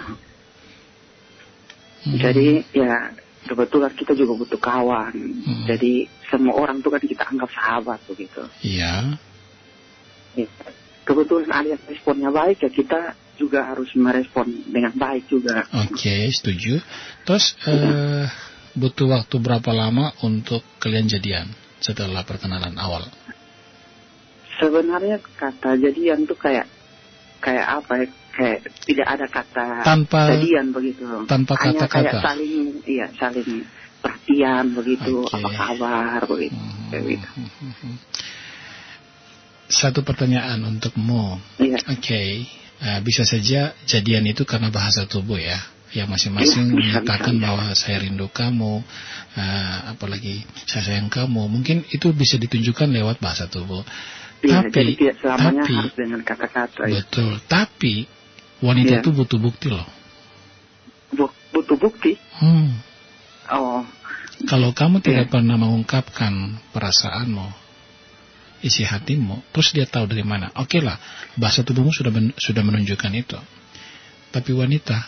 Hmm.
Jadi ya kebetulan kita juga butuh kawan.
Hmm.
Jadi semua orang tuh kan kita anggap sahabat begitu.
Iya.
Ya. Kebetulan alias responnya baik ya, kita juga harus merespon dengan baik juga.
Oke, okay, setuju. Terus uh, butuh waktu berapa lama untuk kalian jadian setelah perkenalan awal?
Sebenarnya kata jadian tuh kayak kayak apa ya? Kayak tidak ada kata
tanpa
jadian begitu.
Tanpa
hanya
kata-kata.
Kayak saling, iya saling perhatian begitu,
okay.
apa kabar begitu.
Hmm.
Kayak gitu.
Satu pertanyaan untukmu.
Iya.
Oke, okay. uh, bisa saja jadian itu karena bahasa tubuh ya, yang masing-masing
ya, bisa,
menyatakan
bisa,
bahwa saya rindu kamu, uh, apalagi saya sayang kamu. Mungkin itu bisa ditunjukkan lewat bahasa tubuh.
Ya,
tapi,
jadi tidak selamanya
tapi,
harus dengan kata-kata.
Betul. Ya. Tapi wanita itu ya. butuh bukti loh.
Butuh bukti.
Hmm.
Oh.
Kalau kamu
ya.
tidak pernah mengungkapkan perasaanmu, isi hatimu, terus dia tahu dari mana. Oke okay lah, bahasa tubuhmu sudah men- sudah menunjukkan itu. Tapi wanita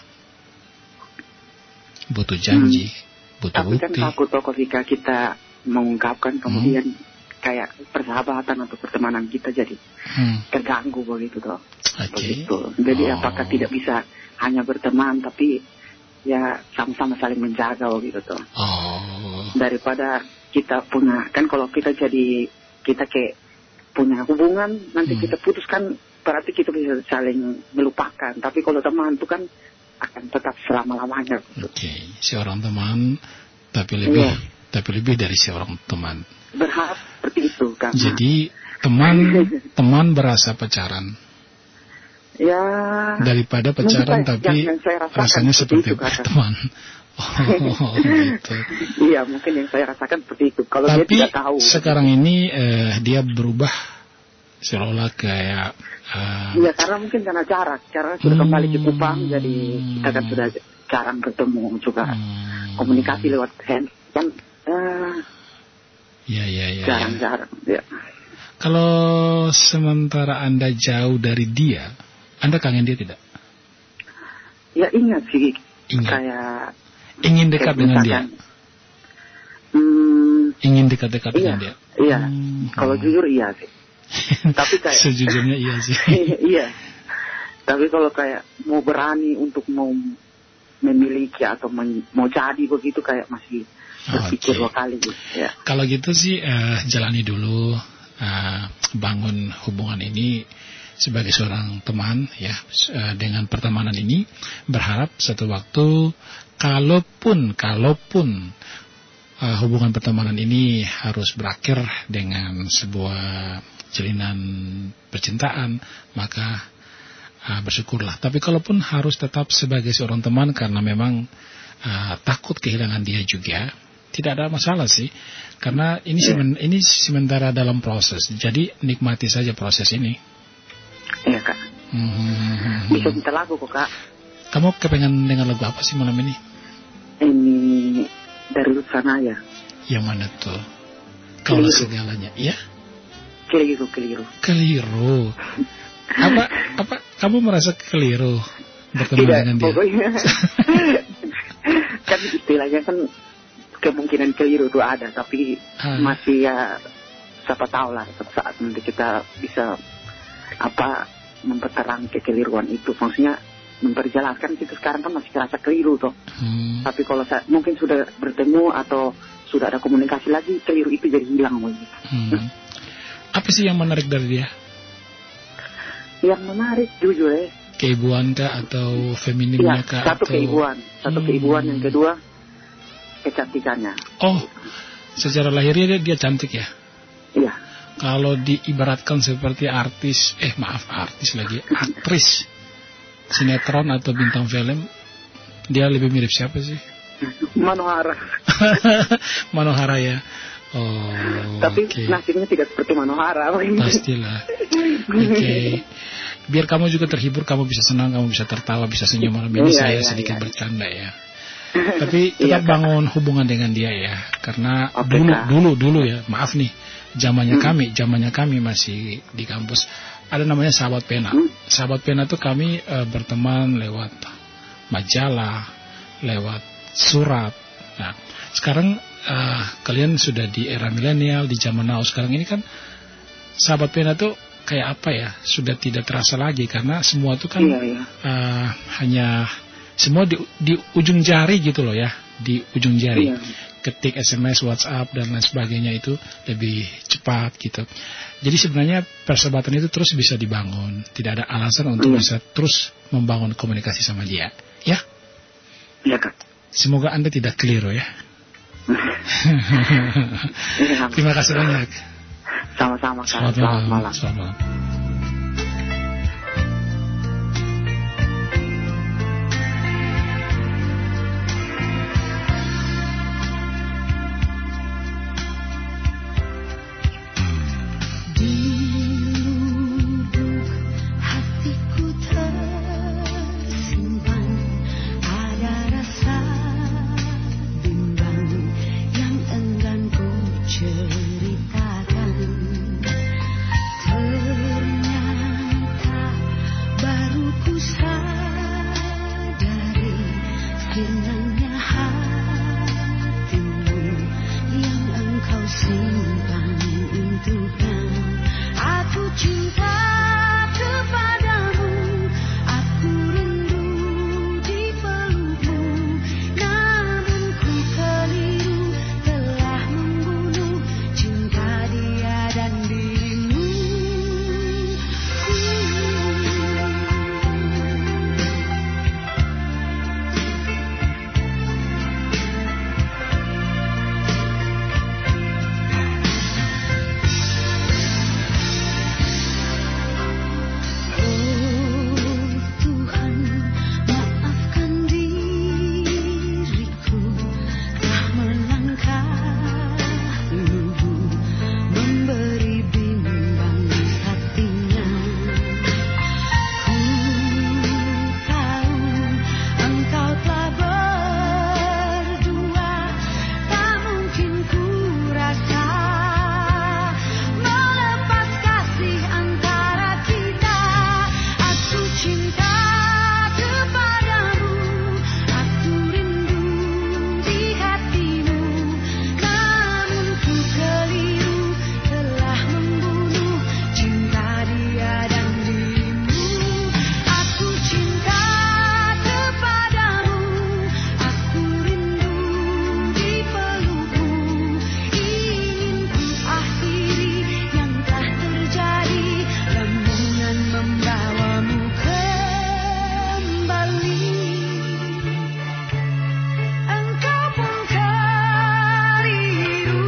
butuh janji, hmm. butuh
Tapi
bukti.
Tapi kan takut toh ketika kita mengungkapkan kemudian hmm. kayak persahabatan atau pertemanan kita jadi hmm. terganggu begitu toh.
Okay.
Begitu. Jadi
oh.
apakah tidak bisa hanya berteman tapi ya sama-sama saling menjaga begitu toh.
Oh.
Daripada kita punya, kan kalau kita jadi kita kayak punya hubungan, nanti hmm. kita putuskan, berarti kita bisa saling melupakan. Tapi kalau teman itu kan akan tetap selama-lamanya.
Oke, okay. Seorang teman, tapi lebih, yeah. tapi lebih dari seorang teman.
Berharap seperti itu kan.
Jadi teman, teman berasa pacaran.
Ya.
Daripada pacaran saya, tapi yang, yang rasanya seperti, seperti itu, teman. Oh, gitu.
Iya, mungkin yang saya rasakan seperti itu. Kalau
tapi
dia tidak tahu.
Sekarang ini eh, dia berubah seolah kayak.
Iya, uh, karena mungkin karena jarak, karena sudah hmm, kembali ke Kupang, jadi kita kan sudah jarang bertemu juga. Hmm, komunikasi lewat hand kan. Uh,
ya, ya, ya.
Jarang-jarang. Ya.
Kalau sementara Anda jauh dari dia, Anda kangen dia tidak?
Ya ingat sih.
Ingat.
Kayak
ingin dekat dengan dia.
Hmm,
ingin dekat-dekat
iya,
dengan dia.
Iya.
Hmm,
Kalau hmm. jujur iya sih. Tapi kayak
sejujurnya iya sih.
Iya. Tapi kalau kayak mau berani untuk mau memiliki atau men, mau jadi begitu kayak masih berpikir okay. dua kali gitu. Ya.
Kalau gitu sih uh, jalani dulu, uh, bangun hubungan ini sebagai seorang teman ya, uh, dengan pertemanan ini berharap satu waktu kalaupun kalaupun uh, hubungan pertemanan ini harus berakhir dengan sebuah jalinan percintaan, maka uh, bersyukurlah. Tapi kalaupun harus tetap sebagai seorang teman karena memang uh, takut kehilangan dia juga, tidak ada masalah sih, karena ini semen, ini sementara dalam proses. Jadi nikmati saja proses ini.
Iya kak.
Hmm.
Bisa minta lagu kok kak.
Kamu kepengen dengar lagu apa sih malam ini?
Ini dari Lutsanaya.
Yang mana tuh? Kalau segalanya, iya?
Keliru, keliru.
Keliru. Apa? Apa? Kamu merasa keliru bertemu
Tidak,
dengan dia?
Pokoknya kan istilahnya kan kemungkinan keliru itu ada, tapi ha. masih ya siapa tahu lah saat nanti kita bisa apa memperterang kekeliruan itu, maksudnya memperjelaskan kita sekarang kan masih terasa keliru toh. Hmm. Tapi kalau saya mungkin sudah bertemu atau sudah ada komunikasi lagi, keliru itu jadi hilang begitu.
Hmm. Apa sih yang menarik dari dia?
Yang menarik jujur ya.
Keibuan kah atau feminimnya kah?
Ya, satu
atau...
keibuan, satu hmm. keibuan, yang kedua kecantikannya.
Oh, secara lahirnya dia, dia cantik ya?
Iya.
Kalau diibaratkan seperti artis, eh maaf artis lagi, aktris sinetron atau bintang film, dia lebih mirip siapa sih?
Manohara.
Manohara ya. Oh.
Tapi
okay.
nasibnya tidak seperti Manohara.
Pastilah. Oke. Okay. Biar kamu juga terhibur, kamu bisa senang, kamu bisa tertawa, bisa senyum malam ini. Iya, saya iya, sedikit iya. bercanda ya. Tapi tetap iya, bangun hubungan dengan dia ya, karena okay, dulu kak. dulu dulu ya, maaf nih, zamannya
Hmm.
kami, zamannya kami masih di kampus, ada namanya sahabat pena.
Hmm.
Sahabat pena tuh kami eh, berteman lewat majalah, lewat surat. Nah, sekarang eh, kalian sudah di era milenial, di zaman now. Sekarang ini kan sahabat pena tuh kayak apa ya? Sudah tidak terasa lagi karena semua tuh kan
Iya, iya.
eh, hanya semua di, di ujung jari gitu loh ya, di ujung jari.
Iya.
Ketik S M S, WhatsApp dan lain sebagainya itu lebih cepat gitu. Jadi sebenarnya persahabatan itu terus bisa dibangun. Tidak ada alasan untuk
Iya.
bisa terus membangun komunikasi sama dia. Ya,
Iya, Kak.
semoga Anda tidak keliru ya.
Iya,
Terima kasih banyak.
sama-sama, Kak.
Selamat
Selamat
malam.
malam.
Selamat malam.
Di lubuk hatiku tersimpan ada rasa bimbang yang enggan ku ceritakan. Ternyata baru ku sadari hilangnya hatimu yang engkau simpan untuknya. Aku cinta kepadamu, aku rindu di pelukmu, namun ku keliru telah membunuh cinta dia dan dirimu. Oh Tuhan, maafkan diriku telah melangkah lugu, memberi bimbang hatinya. Ku tahu engkau telah berdua, tak mungkin ku rasa melepas kasih antara kita. Aku cinta kepadamu, aku rindu di hatimu, namun ku keliru telah membunuh cinta dia dan dirimu. Aku cinta kepadamu, aku rindu di pelukmu, ingin ku akhiri yang telah terjadi, lamunan membawamu kembali. Engkau pun keliru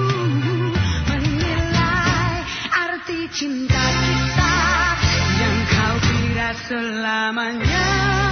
menilai arti cinta kita yang kau kira selamanya.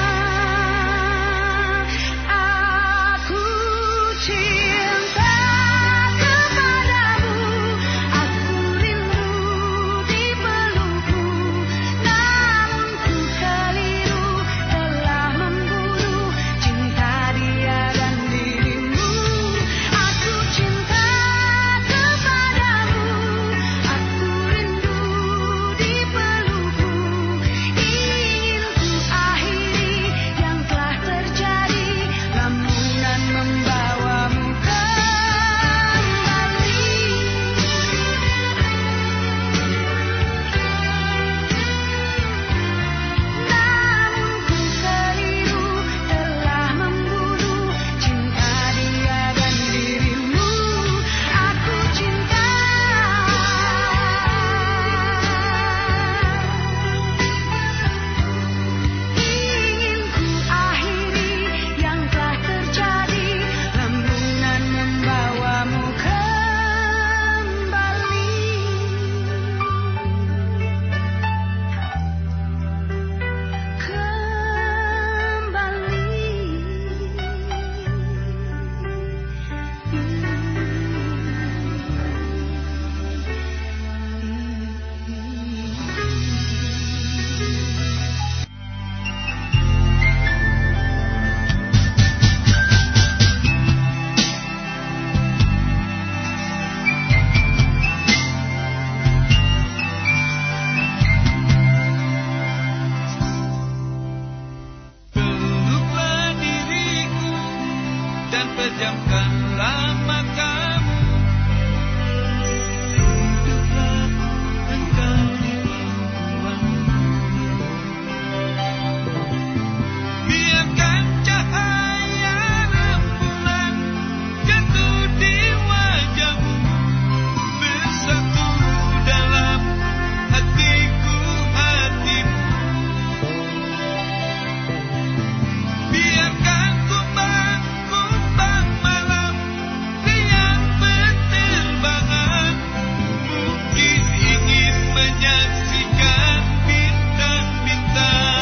Aku cinta kepadamu, aku rindu di pelukmu, namun ku keliru telah membunuh cinta dia dan dirimu. Aku cinta kepadamu, aku rindu di pelukmu, ingin ku akhiri
Pejamkanlah matamu, tunduklah engkau di pangkuanmu. Biarkan cahaya rembulan jatuh di wajahmu, bersatu dalam hatiku hatimu. Biarkan kumbang-kumbang malam riang berterbangan, mungkin ingin menyaksikan bintang-bintang.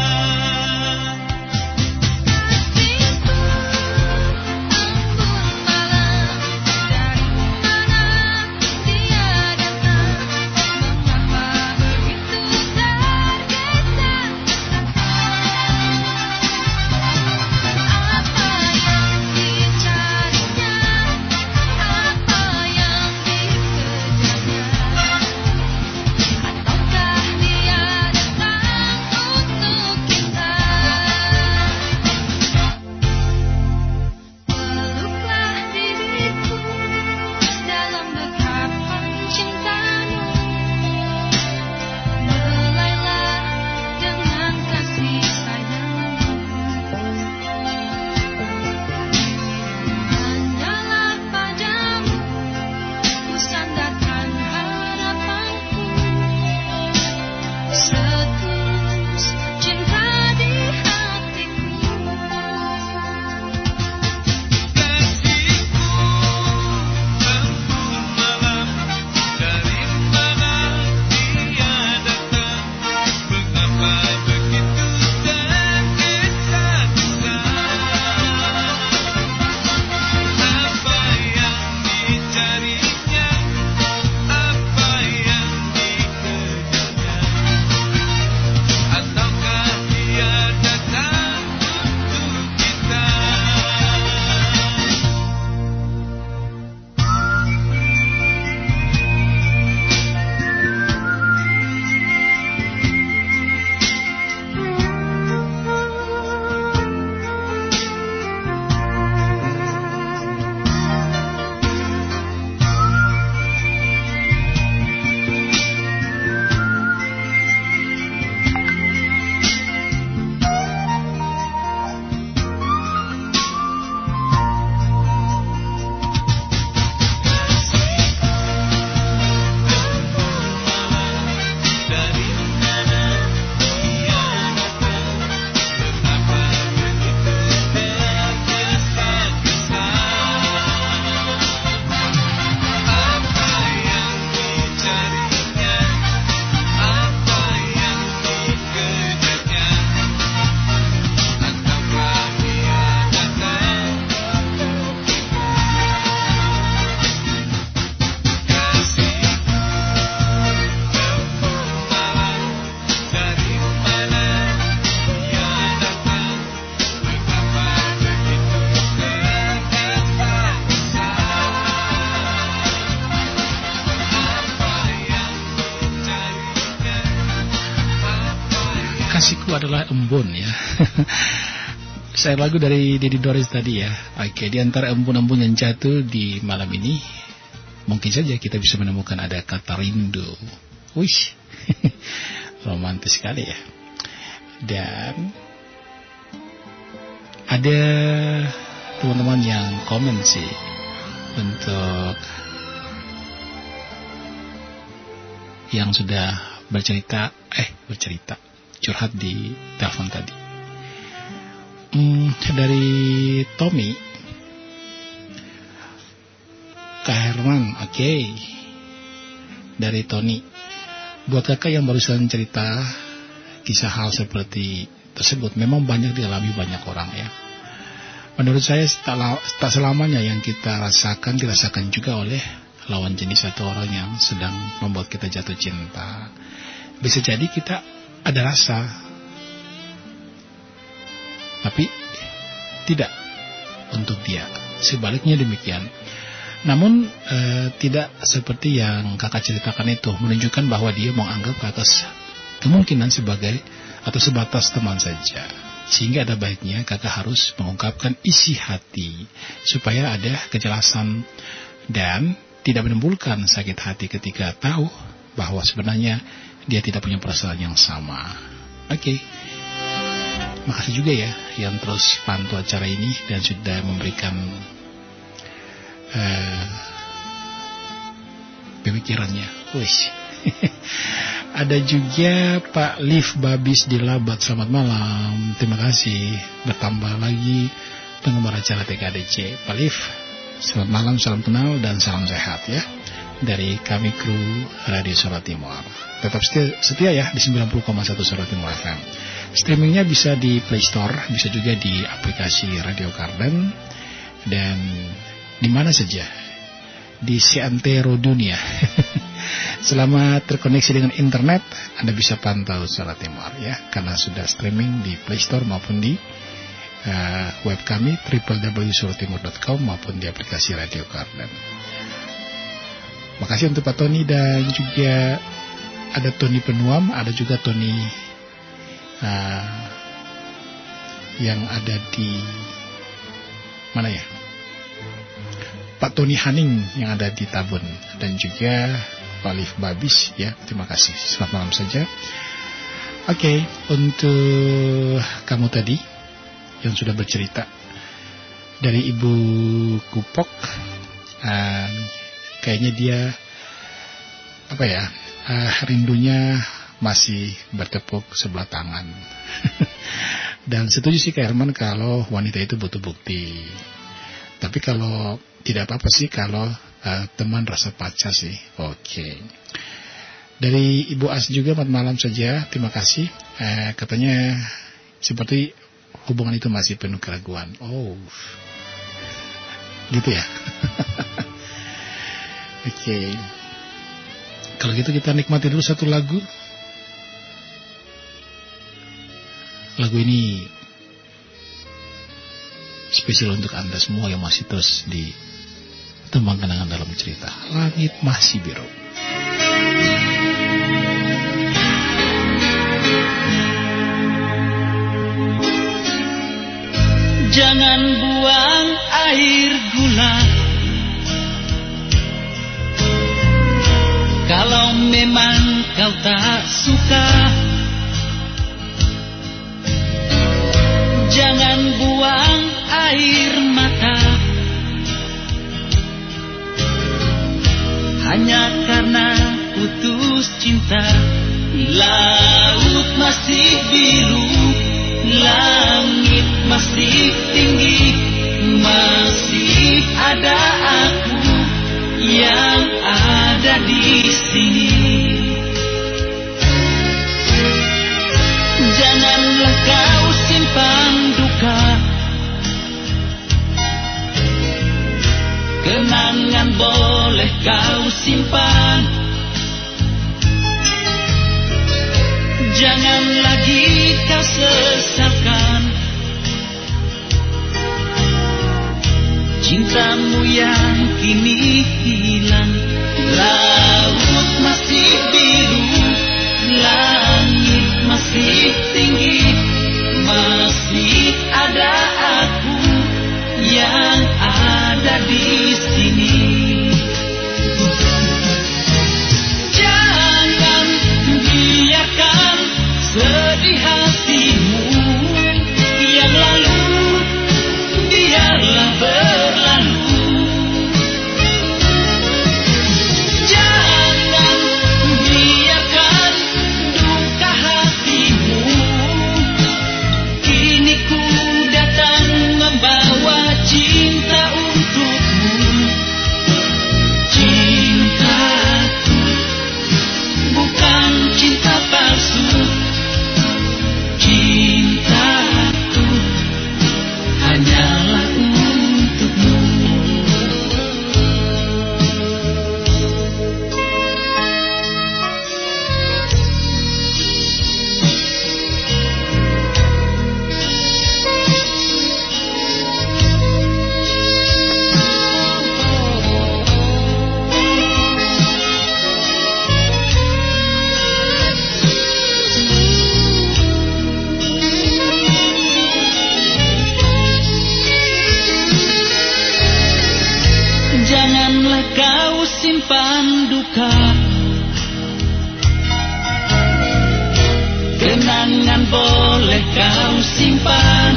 Kasihku adalah embun ya. Saya lagu dari Deddy Doris tadi ya. Oke, di antara embun-embun yang jatuh di malam ini, mungkin saja kita bisa menemukan ada kata rindu. Wih, romantis sekali ya. Dan ada teman-teman yang komen sih untuk yang sudah bercerita, eh bercerita, curhat di telepon tadi. Hmm, dari Tommy, Kak Herman, oke. Okay. Dari Tony, buat kakak yang barusan cerita kisah hal seperti tersebut, memang banyak dialami banyak orang ya. Menurut saya tak, tak selamanya yang kita rasakan dirasakan juga oleh lawan jenis atau orang yang sedang membuat kita jatuh cinta. Bisa jadi kita ada rasa, tapi tidak untuk dia. Sebaliknya demikian. Namun e, tidak seperti yang kakak ceritakan itu, menunjukkan bahwa dia menganggap kakak kemungkinan sebagai atau sebatas teman saja. Sehingga ada baiknya kakak harus mengungkapkan isi hati supaya ada kejelasan dan tidak menimbulkan sakit hati ketika tahu bahwa sebenarnya dia tidak punya perasaan yang sama. Oke. Okay. Makasih juga ya yang terus pantau acara ini dan sudah memberikan uh, pemikirannya. Wih. Ada juga Pak Liv Babis di Labat. Selamat malam. Terima kasih. Bertambah lagi penggemar acara T K D C. Pak Liv, selamat malam, salam kenal dan salam sehat ya. Dari kami kru Radio Suara Timur. Tetap setia, setia ya di sembilan puluh koma satu Suara Timur F M. Streamingnya bisa di Play Store, bisa juga di aplikasi Radio Garden, dan di mana saja di seantero dunia. Selama terkoneksi dengan internet, Anda bisa pantau Suara Timur ya, karena sudah streaming di Play Store maupun di uh, web kami w w w titik suara timur titik com maupun di aplikasi Radio Garden. Makasih untuk Pak Tony dan juga ada Tony Penuam, ada juga Tony uh, yang ada di mana ya? Pak Tony Haning yang ada di Tabun dan juga Pak Liv Babis ya. Terima kasih. Selamat malam saja. Oke, okay, untuk kamu tadi yang sudah bercerita dari Ibu Kupok, uh, kayaknya dia apa ya, uh, rindunya masih bertepuk sebelah tangan. Dan setuju sih Kak Herman kalau wanita itu butuh bukti. Tapi kalau tidak apa-apa sih kalau uh, teman rasa pacar sih. Oke. Okay. Dari Ibu As juga selamat malam saja. Terima kasih. Uh, katanya seperti hubungan itu masih penuh keraguan. Oh. Gitu ya. Oke. Okay. Kalau gitu kita nikmati dulu satu lagu. Lagu ini spesial untuk Anda semua yang masih terus di tembang kenangan dalam cerita Langit Masih Biru.
Jangan buang air gula kalau memang kau tak suka. Jangan buang air mata hanya karena putus cinta. Laut masih biru, langit masih tinggi, masih ada aku yang ada di sini. Janganlah kau simpan duka, kenangan boleh kau simpan. Jangan lagi kau sesalkan cintamu yang kini hilang. Laut masih biru, langit masih tinggi, masih ada aku yang ada di sini. Jangan biarkan sedih hatimu yang lalu, biarlah berlalu. simpan duka, kenangan boleh kau simpan.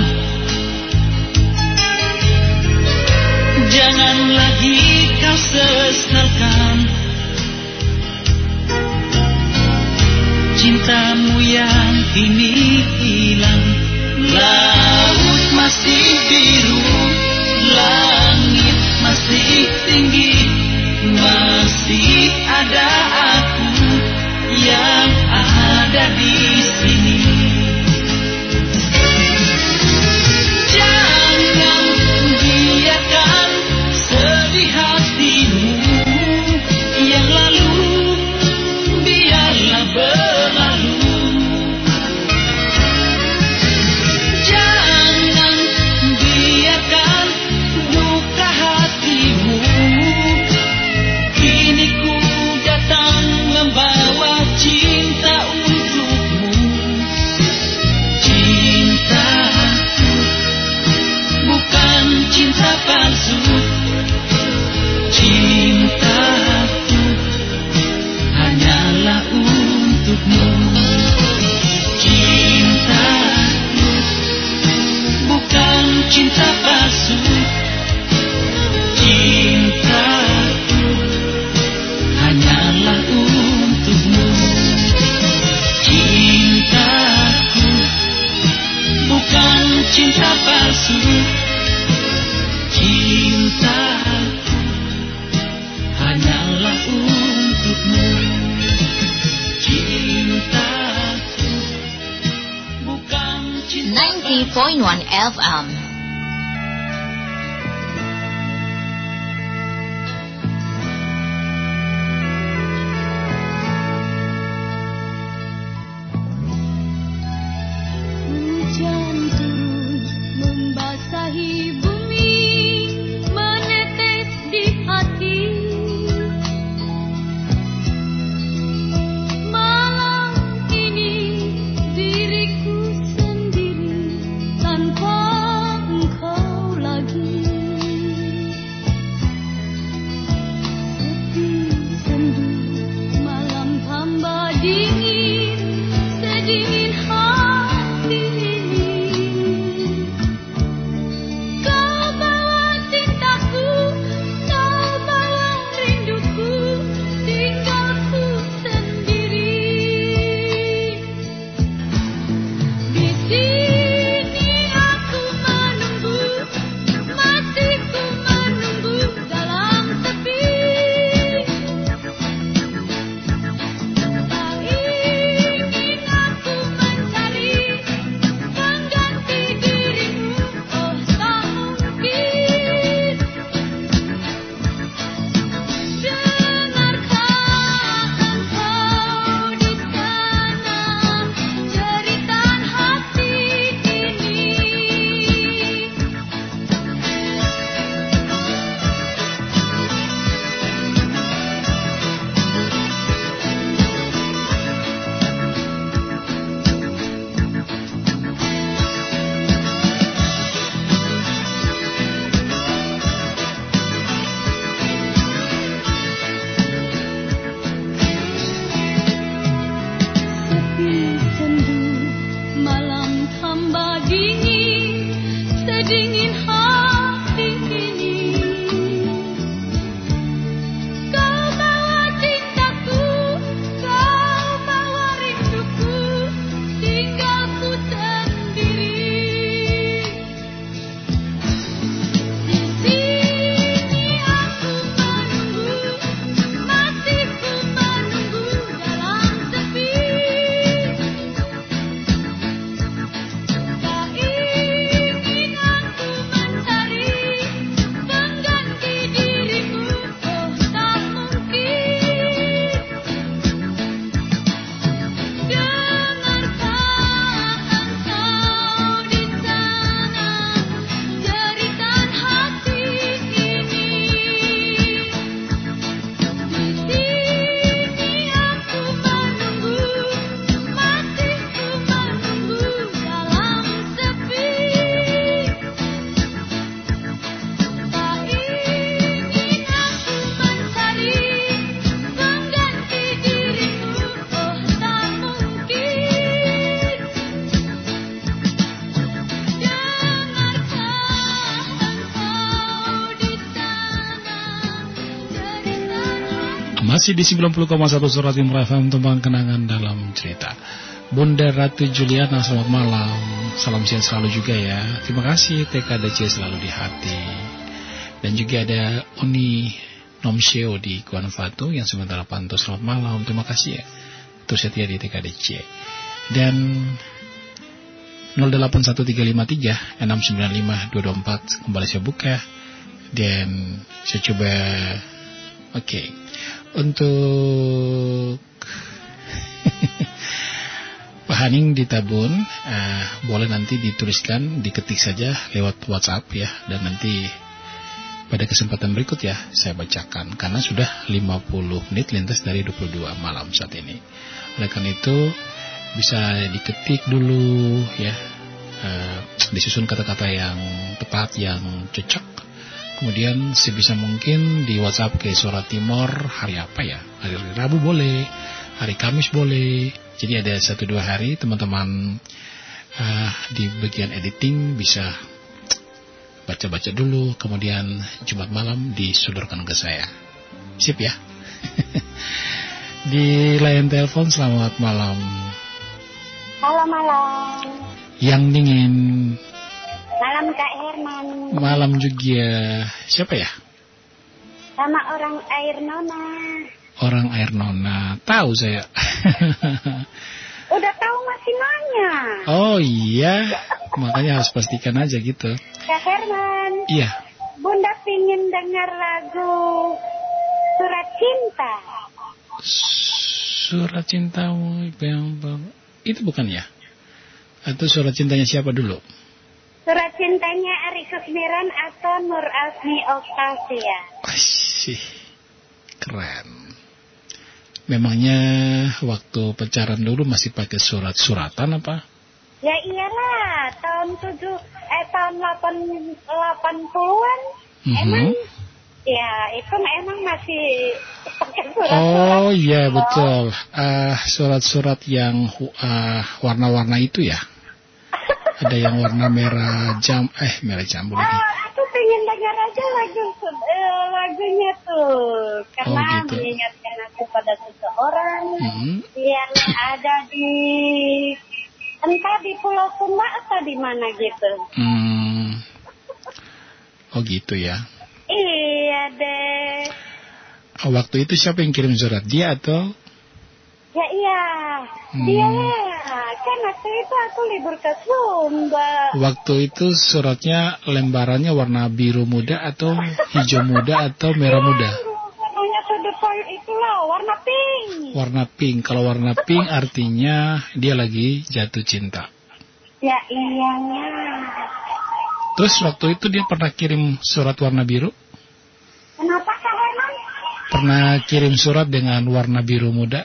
Jangan lagi kau sesalkan cintamu yang kini hilang. Laut masih biru, langit masih tinggi, masih ada aku yang ada di sini. Jangan biarkan sedih hatimu yang lalu, biarlah berlalu. Jangan biarkan duka hatimu, kini ku datang membawa cinta untukmu. Cintaku bukan cinta palsu, cintaku hanyalah untukmu. Cintaku bukan cinta palsu, cintaku hanyalah untukmu. Cintaku bukan cinta palsu, cintaku hanyalah untukmu. Cintaku bukan cinta
ninety point one F M.
Hujan turun membasahi bumi, menetes di hati. Malam ini diriku sendiri tanpa engkau lagi. Sepi sendu malam tambah dingin, sedingin hati ini. Kau bawa cintaku, kau bawa rinduku, tinggalku sendiri. Di sini aku menunggu, masih ku menunggu dalam sepi. Tak ingin aku mencari pengganti dirimu, oh tak mungkin. Dengarkah engkau di sana jeritan hati ini. Sepi sendu malam tambah dingin, sedingin hati ini. Kau bawa cintaku, kau bawa rinduku, tinggalku sendiri. Di sini aku menunggu, masih ku menunggu dalam sepi. Tak ingin aku
Masih di sembilan puluh koma satu Surat Timur F M, Tumpang Kenangan dalam Cerita. Bunda Ratu Juliana, selamat malam. Salam sehat selalu juga ya. Terima kasih, T K D C selalu di hati. Dan juga ada Oni Nomseo di Kuan Fatu yang sementara pantau. Selamat malam, terima kasih ya. Terus setia di T K D C. Dan nol delapan satu tiga lima tiga enam sembilan lima dua dua empat kembali saya buka. Dan saya coba, oke, okay. Untuk Pak Haning di Tabun, uh, boleh nanti dituliskan, diketik saja lewat WhatsApp ya, dan nanti pada kesempatan berikut ya saya bacakan, karena sudah lima puluh menit lintas dari dua puluh dua malam saat ini. Oleh karena itu bisa diketik dulu ya, uh, disusun kata-kata yang tepat, yang cocok. Kemudian sebisa mungkin di WhatsApp ke Suara Timur hari apa ya? Hari Rabu boleh, hari Kamis boleh. Jadi ada satu dua hari teman-teman uh, di bagian editing bisa baca-baca dulu. Kemudian Jumat malam disodorkan ke saya. Sip ya? Di layar telepon selamat malam.
Halo malam.
Yang dingin.
Malam Kak Herman.
Malam juga. Siapa ya?
Sama orang air Nona.
Orang air Nona. Tahu saya.
Udah tahu masih nanya.
Oh iya. Makanya harus pastikan aja gitu.
Kak Herman.
Iya.
Bunda pingin dengar lagu Surat Cinta.
Surat Cintamu yang itu bukan ya? Atau surat cintanya siapa dulu?
Surat cintanya Ari Kusmiran atau Nur Asmi Octavia.
Asih, keren. Memangnya waktu pacaran dulu masih pakai surat-suratan apa?
Ya iyalah, tahun tujuh eh tahun delapan delapan puluhan. Mm-hmm. Emang ya itu emang masih pakai surat-surat.
Oh iya betul. Uh, surat-surat yang uh, warna-warna itu ya. Ada yang warna merah jam, eh merah jambu lagi.
Ah, aku pengen dengar aja lagu uh, lagunya tuh, karena oh, gitu. Mengingatkan aku pada seseorang mm-hmm. yang ada di entah di Pulau Sumba atau di mana gitu.
Hmm. Oh gitu ya.
Iya deh.
Waktu itu siapa yang kirim surat, dia atau?
Ya iya, hmm. dia kan waktu itu aku libur ke Sumba.
Waktu itu suratnya lembarannya warna biru muda atau hijau muda atau merah muda?
Warnanya to the point itulah, warna pink.
Warna pink, kalau warna pink artinya dia lagi jatuh cinta.
Ya iyanya.
Terus waktu itu dia pernah kirim surat warna biru?
Kenapa Kak Herman?
Pernah kirim surat dengan warna biru muda?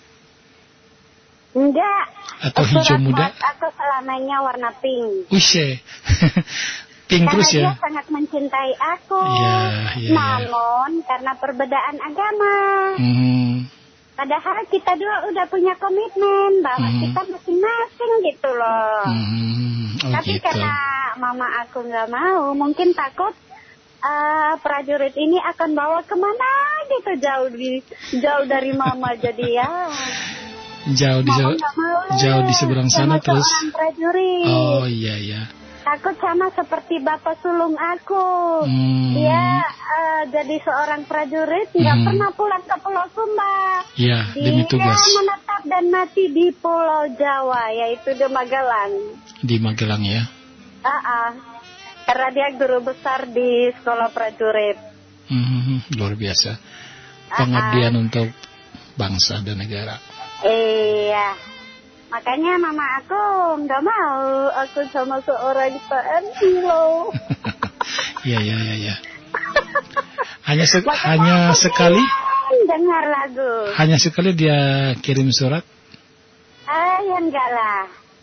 Enggak.
Atau hijau muda?
Aku selamanya warna pink.
Wih, pink terus ya?
Karena dia sangat mencintai aku.
Ya, ya,
namun ya. Karena perbedaan agama.
Hmm.
Padahal kita dua udah punya komitmen bahwa hmm. kita masing-masing gitu loh.
Hmm. Oh,
tapi
gitu.
Karena mama aku nggak mau, mungkin takut uh, prajurit ini akan bawa kemana gitu, jauh di jauh dari mama. Jadi ya.
Jauh di se- jauh di seberang sana terus.
Prajurit.
Oh iya iya.
Takut sama seperti bapak sulung aku.
Hmm.
Dia uh, jadi seorang prajurit, nggak hmm. pernah pulang ke Pulau Sumba.
Iya, demi tugas.
Dia menetap dan mati di Pulau Jawa, yaitu di Magelang.
Di Magelang ya?
Ah, uh-uh. Karena dia guru besar di sekolah prajurit.
Hmm, luar biasa. Pengabdian uh-uh. untuk bangsa dan negara.
Iya, makanya mama aku nggak mau aku sama seorang P N I loh.
Iya iya iya. Ya. Hanya se- hanya sekali.
Dengar lagu.
Hanya sekali dia kirim surat.
Ah ya enggak lah.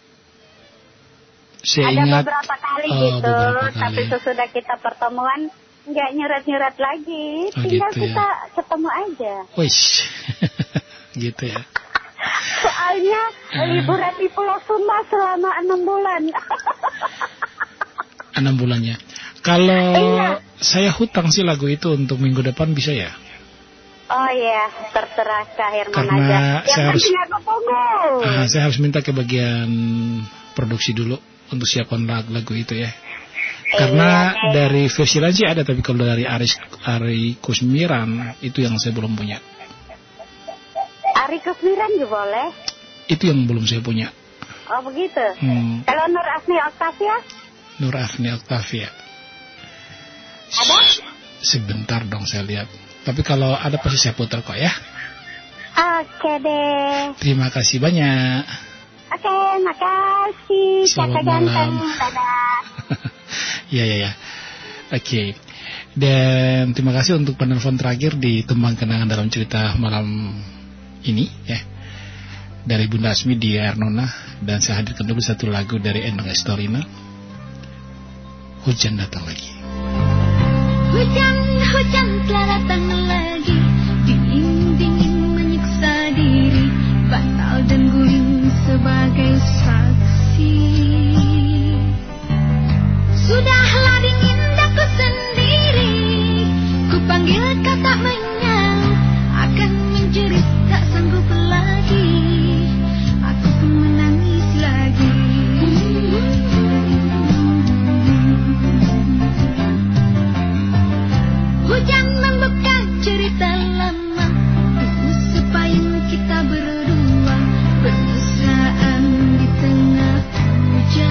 Saya
Ada
ingat,
beberapa kali
oh,
gitu,
beberapa kali.
Tapi sesudah kita pertemuan nggak nyurat-nyurat lagi,
oh,
tinggal
gitu
kita
ya.
ketemu aja.
Wih, gitu ya.
Soalnya uh, liburan di Pulau Sumba selama enam bulan.
Enam bulannya. Kalau
iya.
saya hutang sih lagu itu untuk minggu depan bisa ya?
Oh iya, terserah Kak Herman
Karena
aja. Yang
saya harus,
aku tunggu.
uh, saya harus minta ke bagian produksi dulu untuk siapkan lagu-lagu itu ya. Karena iya, dari versi lain sih ada, tapi kalau dari Aris Ari Kusmiran itu yang saya belum punya.
Ari Kusmiran juga boleh.
Itu yang belum saya punya.
Oh begitu.
Hmm.
Kalau Nur Afni Octavia?
Nur Afni Octavia.
Ada?
Sebentar dong saya lihat. Tapi kalau ada pasti saya putar kok ya.
Oke deh.
Terima kasih banyak.
Oke, makasih.
Selamat malam.
Dadah.
Ya ya ya. Oke. Dan terima kasih untuk penelpon terakhir di Tembang Kenangan dalam cerita malam ini ya. Dari Bunda Asmi di Ernona. Dan saya hadirkan dulu satu lagu dari Endang Estorina. Hujan datang lagi.
Hujan, hujan telah datang lagi. Dingin-dingin menyiksa diri. Batal dan guling sebagai saksi. Sudahlah dingin daku sendiri. Ku panggil kau tak menyaut. Akan menjerit tak sanggup lagi. Aku pun menangis lagi. Hujan membuka cerita lama. Dulu sepayung kita berdua bermesraan di tengah hujan.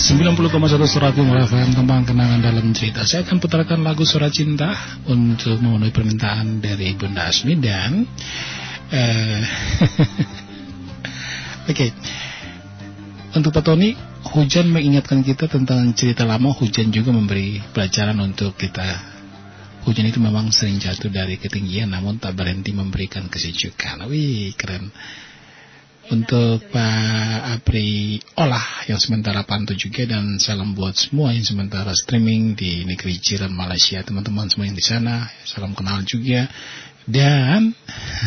sembilan puluh koma satu Surat Timur F M, tentang kenangan dalam cerita. Saya akan putarkan lagu Surat Cinta untuk memenuhi permintaan dari Bunda Asmi dan uh, oke okay. Untuk Pak Tony, hujan mengingatkan kita tentang cerita lama. Hujan juga memberi pelajaran untuk kita. Hujan itu memang sering jatuh dari ketinggian, namun tak berhenti memberikan kesejukan. Wih, keren. Untuk Pak Apri Olah yang sementara pantau juga, dan salam buat semua yang sementara streaming di negeri jiran Malaysia, teman-teman semua yang di sana, salam kenal juga. Dan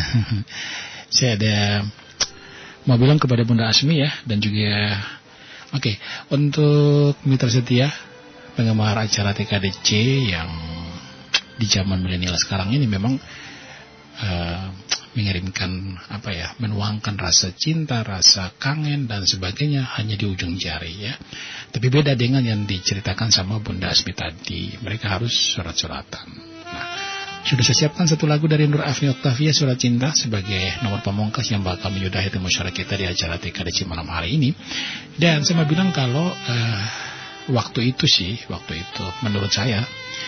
saya ada mau bilang kepada Bunda Asmi ya, dan juga oke okay, untuk mitra setia penggemar acara T K D C yang di zaman milenial sekarang ini memang uh, mengirimkan apa ya, menuangkan rasa cinta, rasa kangen dan sebagainya hanya di ujung jari ya. Tapi beda dengan yang diceritakan sama Bunda Asmi tadi, mereka harus surat-suratan. Nah, sudah saya siapkan satu lagu dari Nur Afni Oktavia, Surat Cinta, sebagai nomor pamungkas yang bakal menyudahi temu masyarakat kita di acara T K D C malam hari ini. Dan saya mau bilang kalau uh, waktu itu sih, waktu itu menurut saya,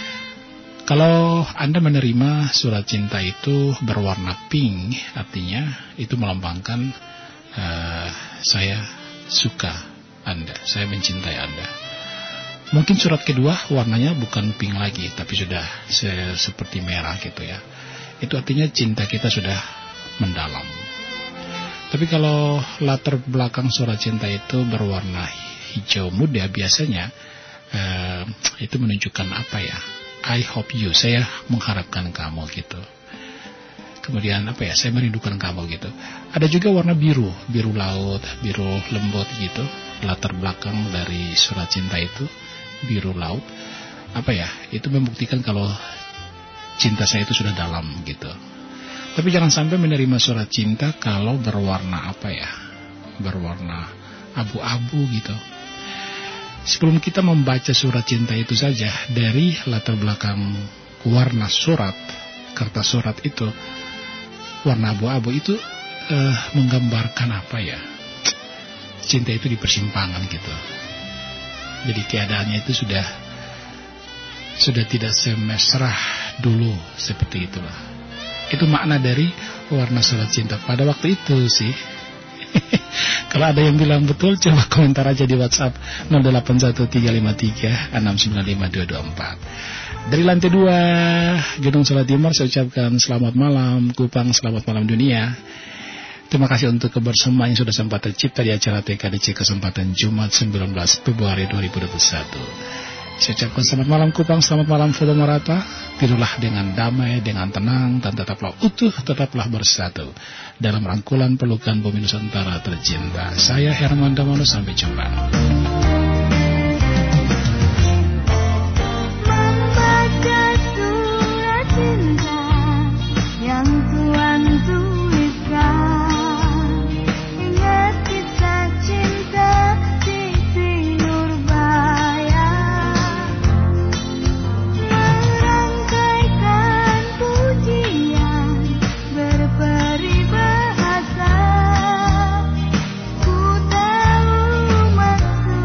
kalau Anda menerima surat cinta itu berwarna pink, artinya itu melambangkan uh, saya suka Anda, saya mencintai Anda. Mungkin surat kedua warnanya bukan pink lagi, tapi sudah se- seperti merah gitu ya. Itu artinya cinta kita sudah mendalam. Tapi kalau latar belakang surat cinta itu berwarna hijau muda, biasanya uh, itu menunjukkan apa ya? I hope you, saya mengharapkan kamu gitu. Kemudian apa ya, saya merindukan kamu gitu. Ada juga warna biru, biru laut, biru lembut gitu. Latar belakang dari surat cinta itu biru laut. Apa ya, itu membuktikan kalau cinta saya itu sudah dalam gitu. Tapi jangan sampai menerima surat cinta kalau berwarna apa ya, berwarna abu-abu gitu. Sebelum kita membaca surat cinta itu saja, dari latar belakang warna surat, kertas surat itu warna abu-abu itu eh, menggambarkan apa ya, cinta itu di persimpangan gitu. Jadi keadaannya itu sudah sudah tidak semesra dulu, seperti itulah. Itu makna dari warna surat cinta pada waktu itu sih. Kalau ada yang bilang betul, coba komentar aja di WhatsApp nol delapan satu tiga lima tiga enam sembilan lima dua dua empat. Dari lantai dua Gedung Surat Timur, saya ucapkan selamat malam Kupang, selamat malam dunia. Terima kasih untuk kebersamaan yang sudah sempat tercipta di acara T K D C kesempatan Jumat sembilan belas Februari dua ribu dua puluh satu. Saya ucapkan selamat malam Kupang, selamat malam Foto Marata. Tidurlah dengan damai, dengan tenang, dan tetaplah utuh, tetaplah bersatu dalam rangkulan pelukan bumi Nusantara tercinta. Saya Herman Damano, sampai jumpa.
Membaca surat cinta yang Tuhan tuliskan, ingat kisah cinta Siti Nurbaya, merangkaikan pujian berperibahasa. Ku tahu maksud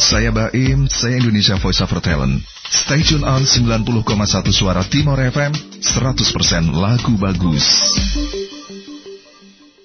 saya Baim, saya Indonesia Voice of Talent. Stay tune on sembilan puluh koma satu Suara Timor F M, seratus persen lagu bagus.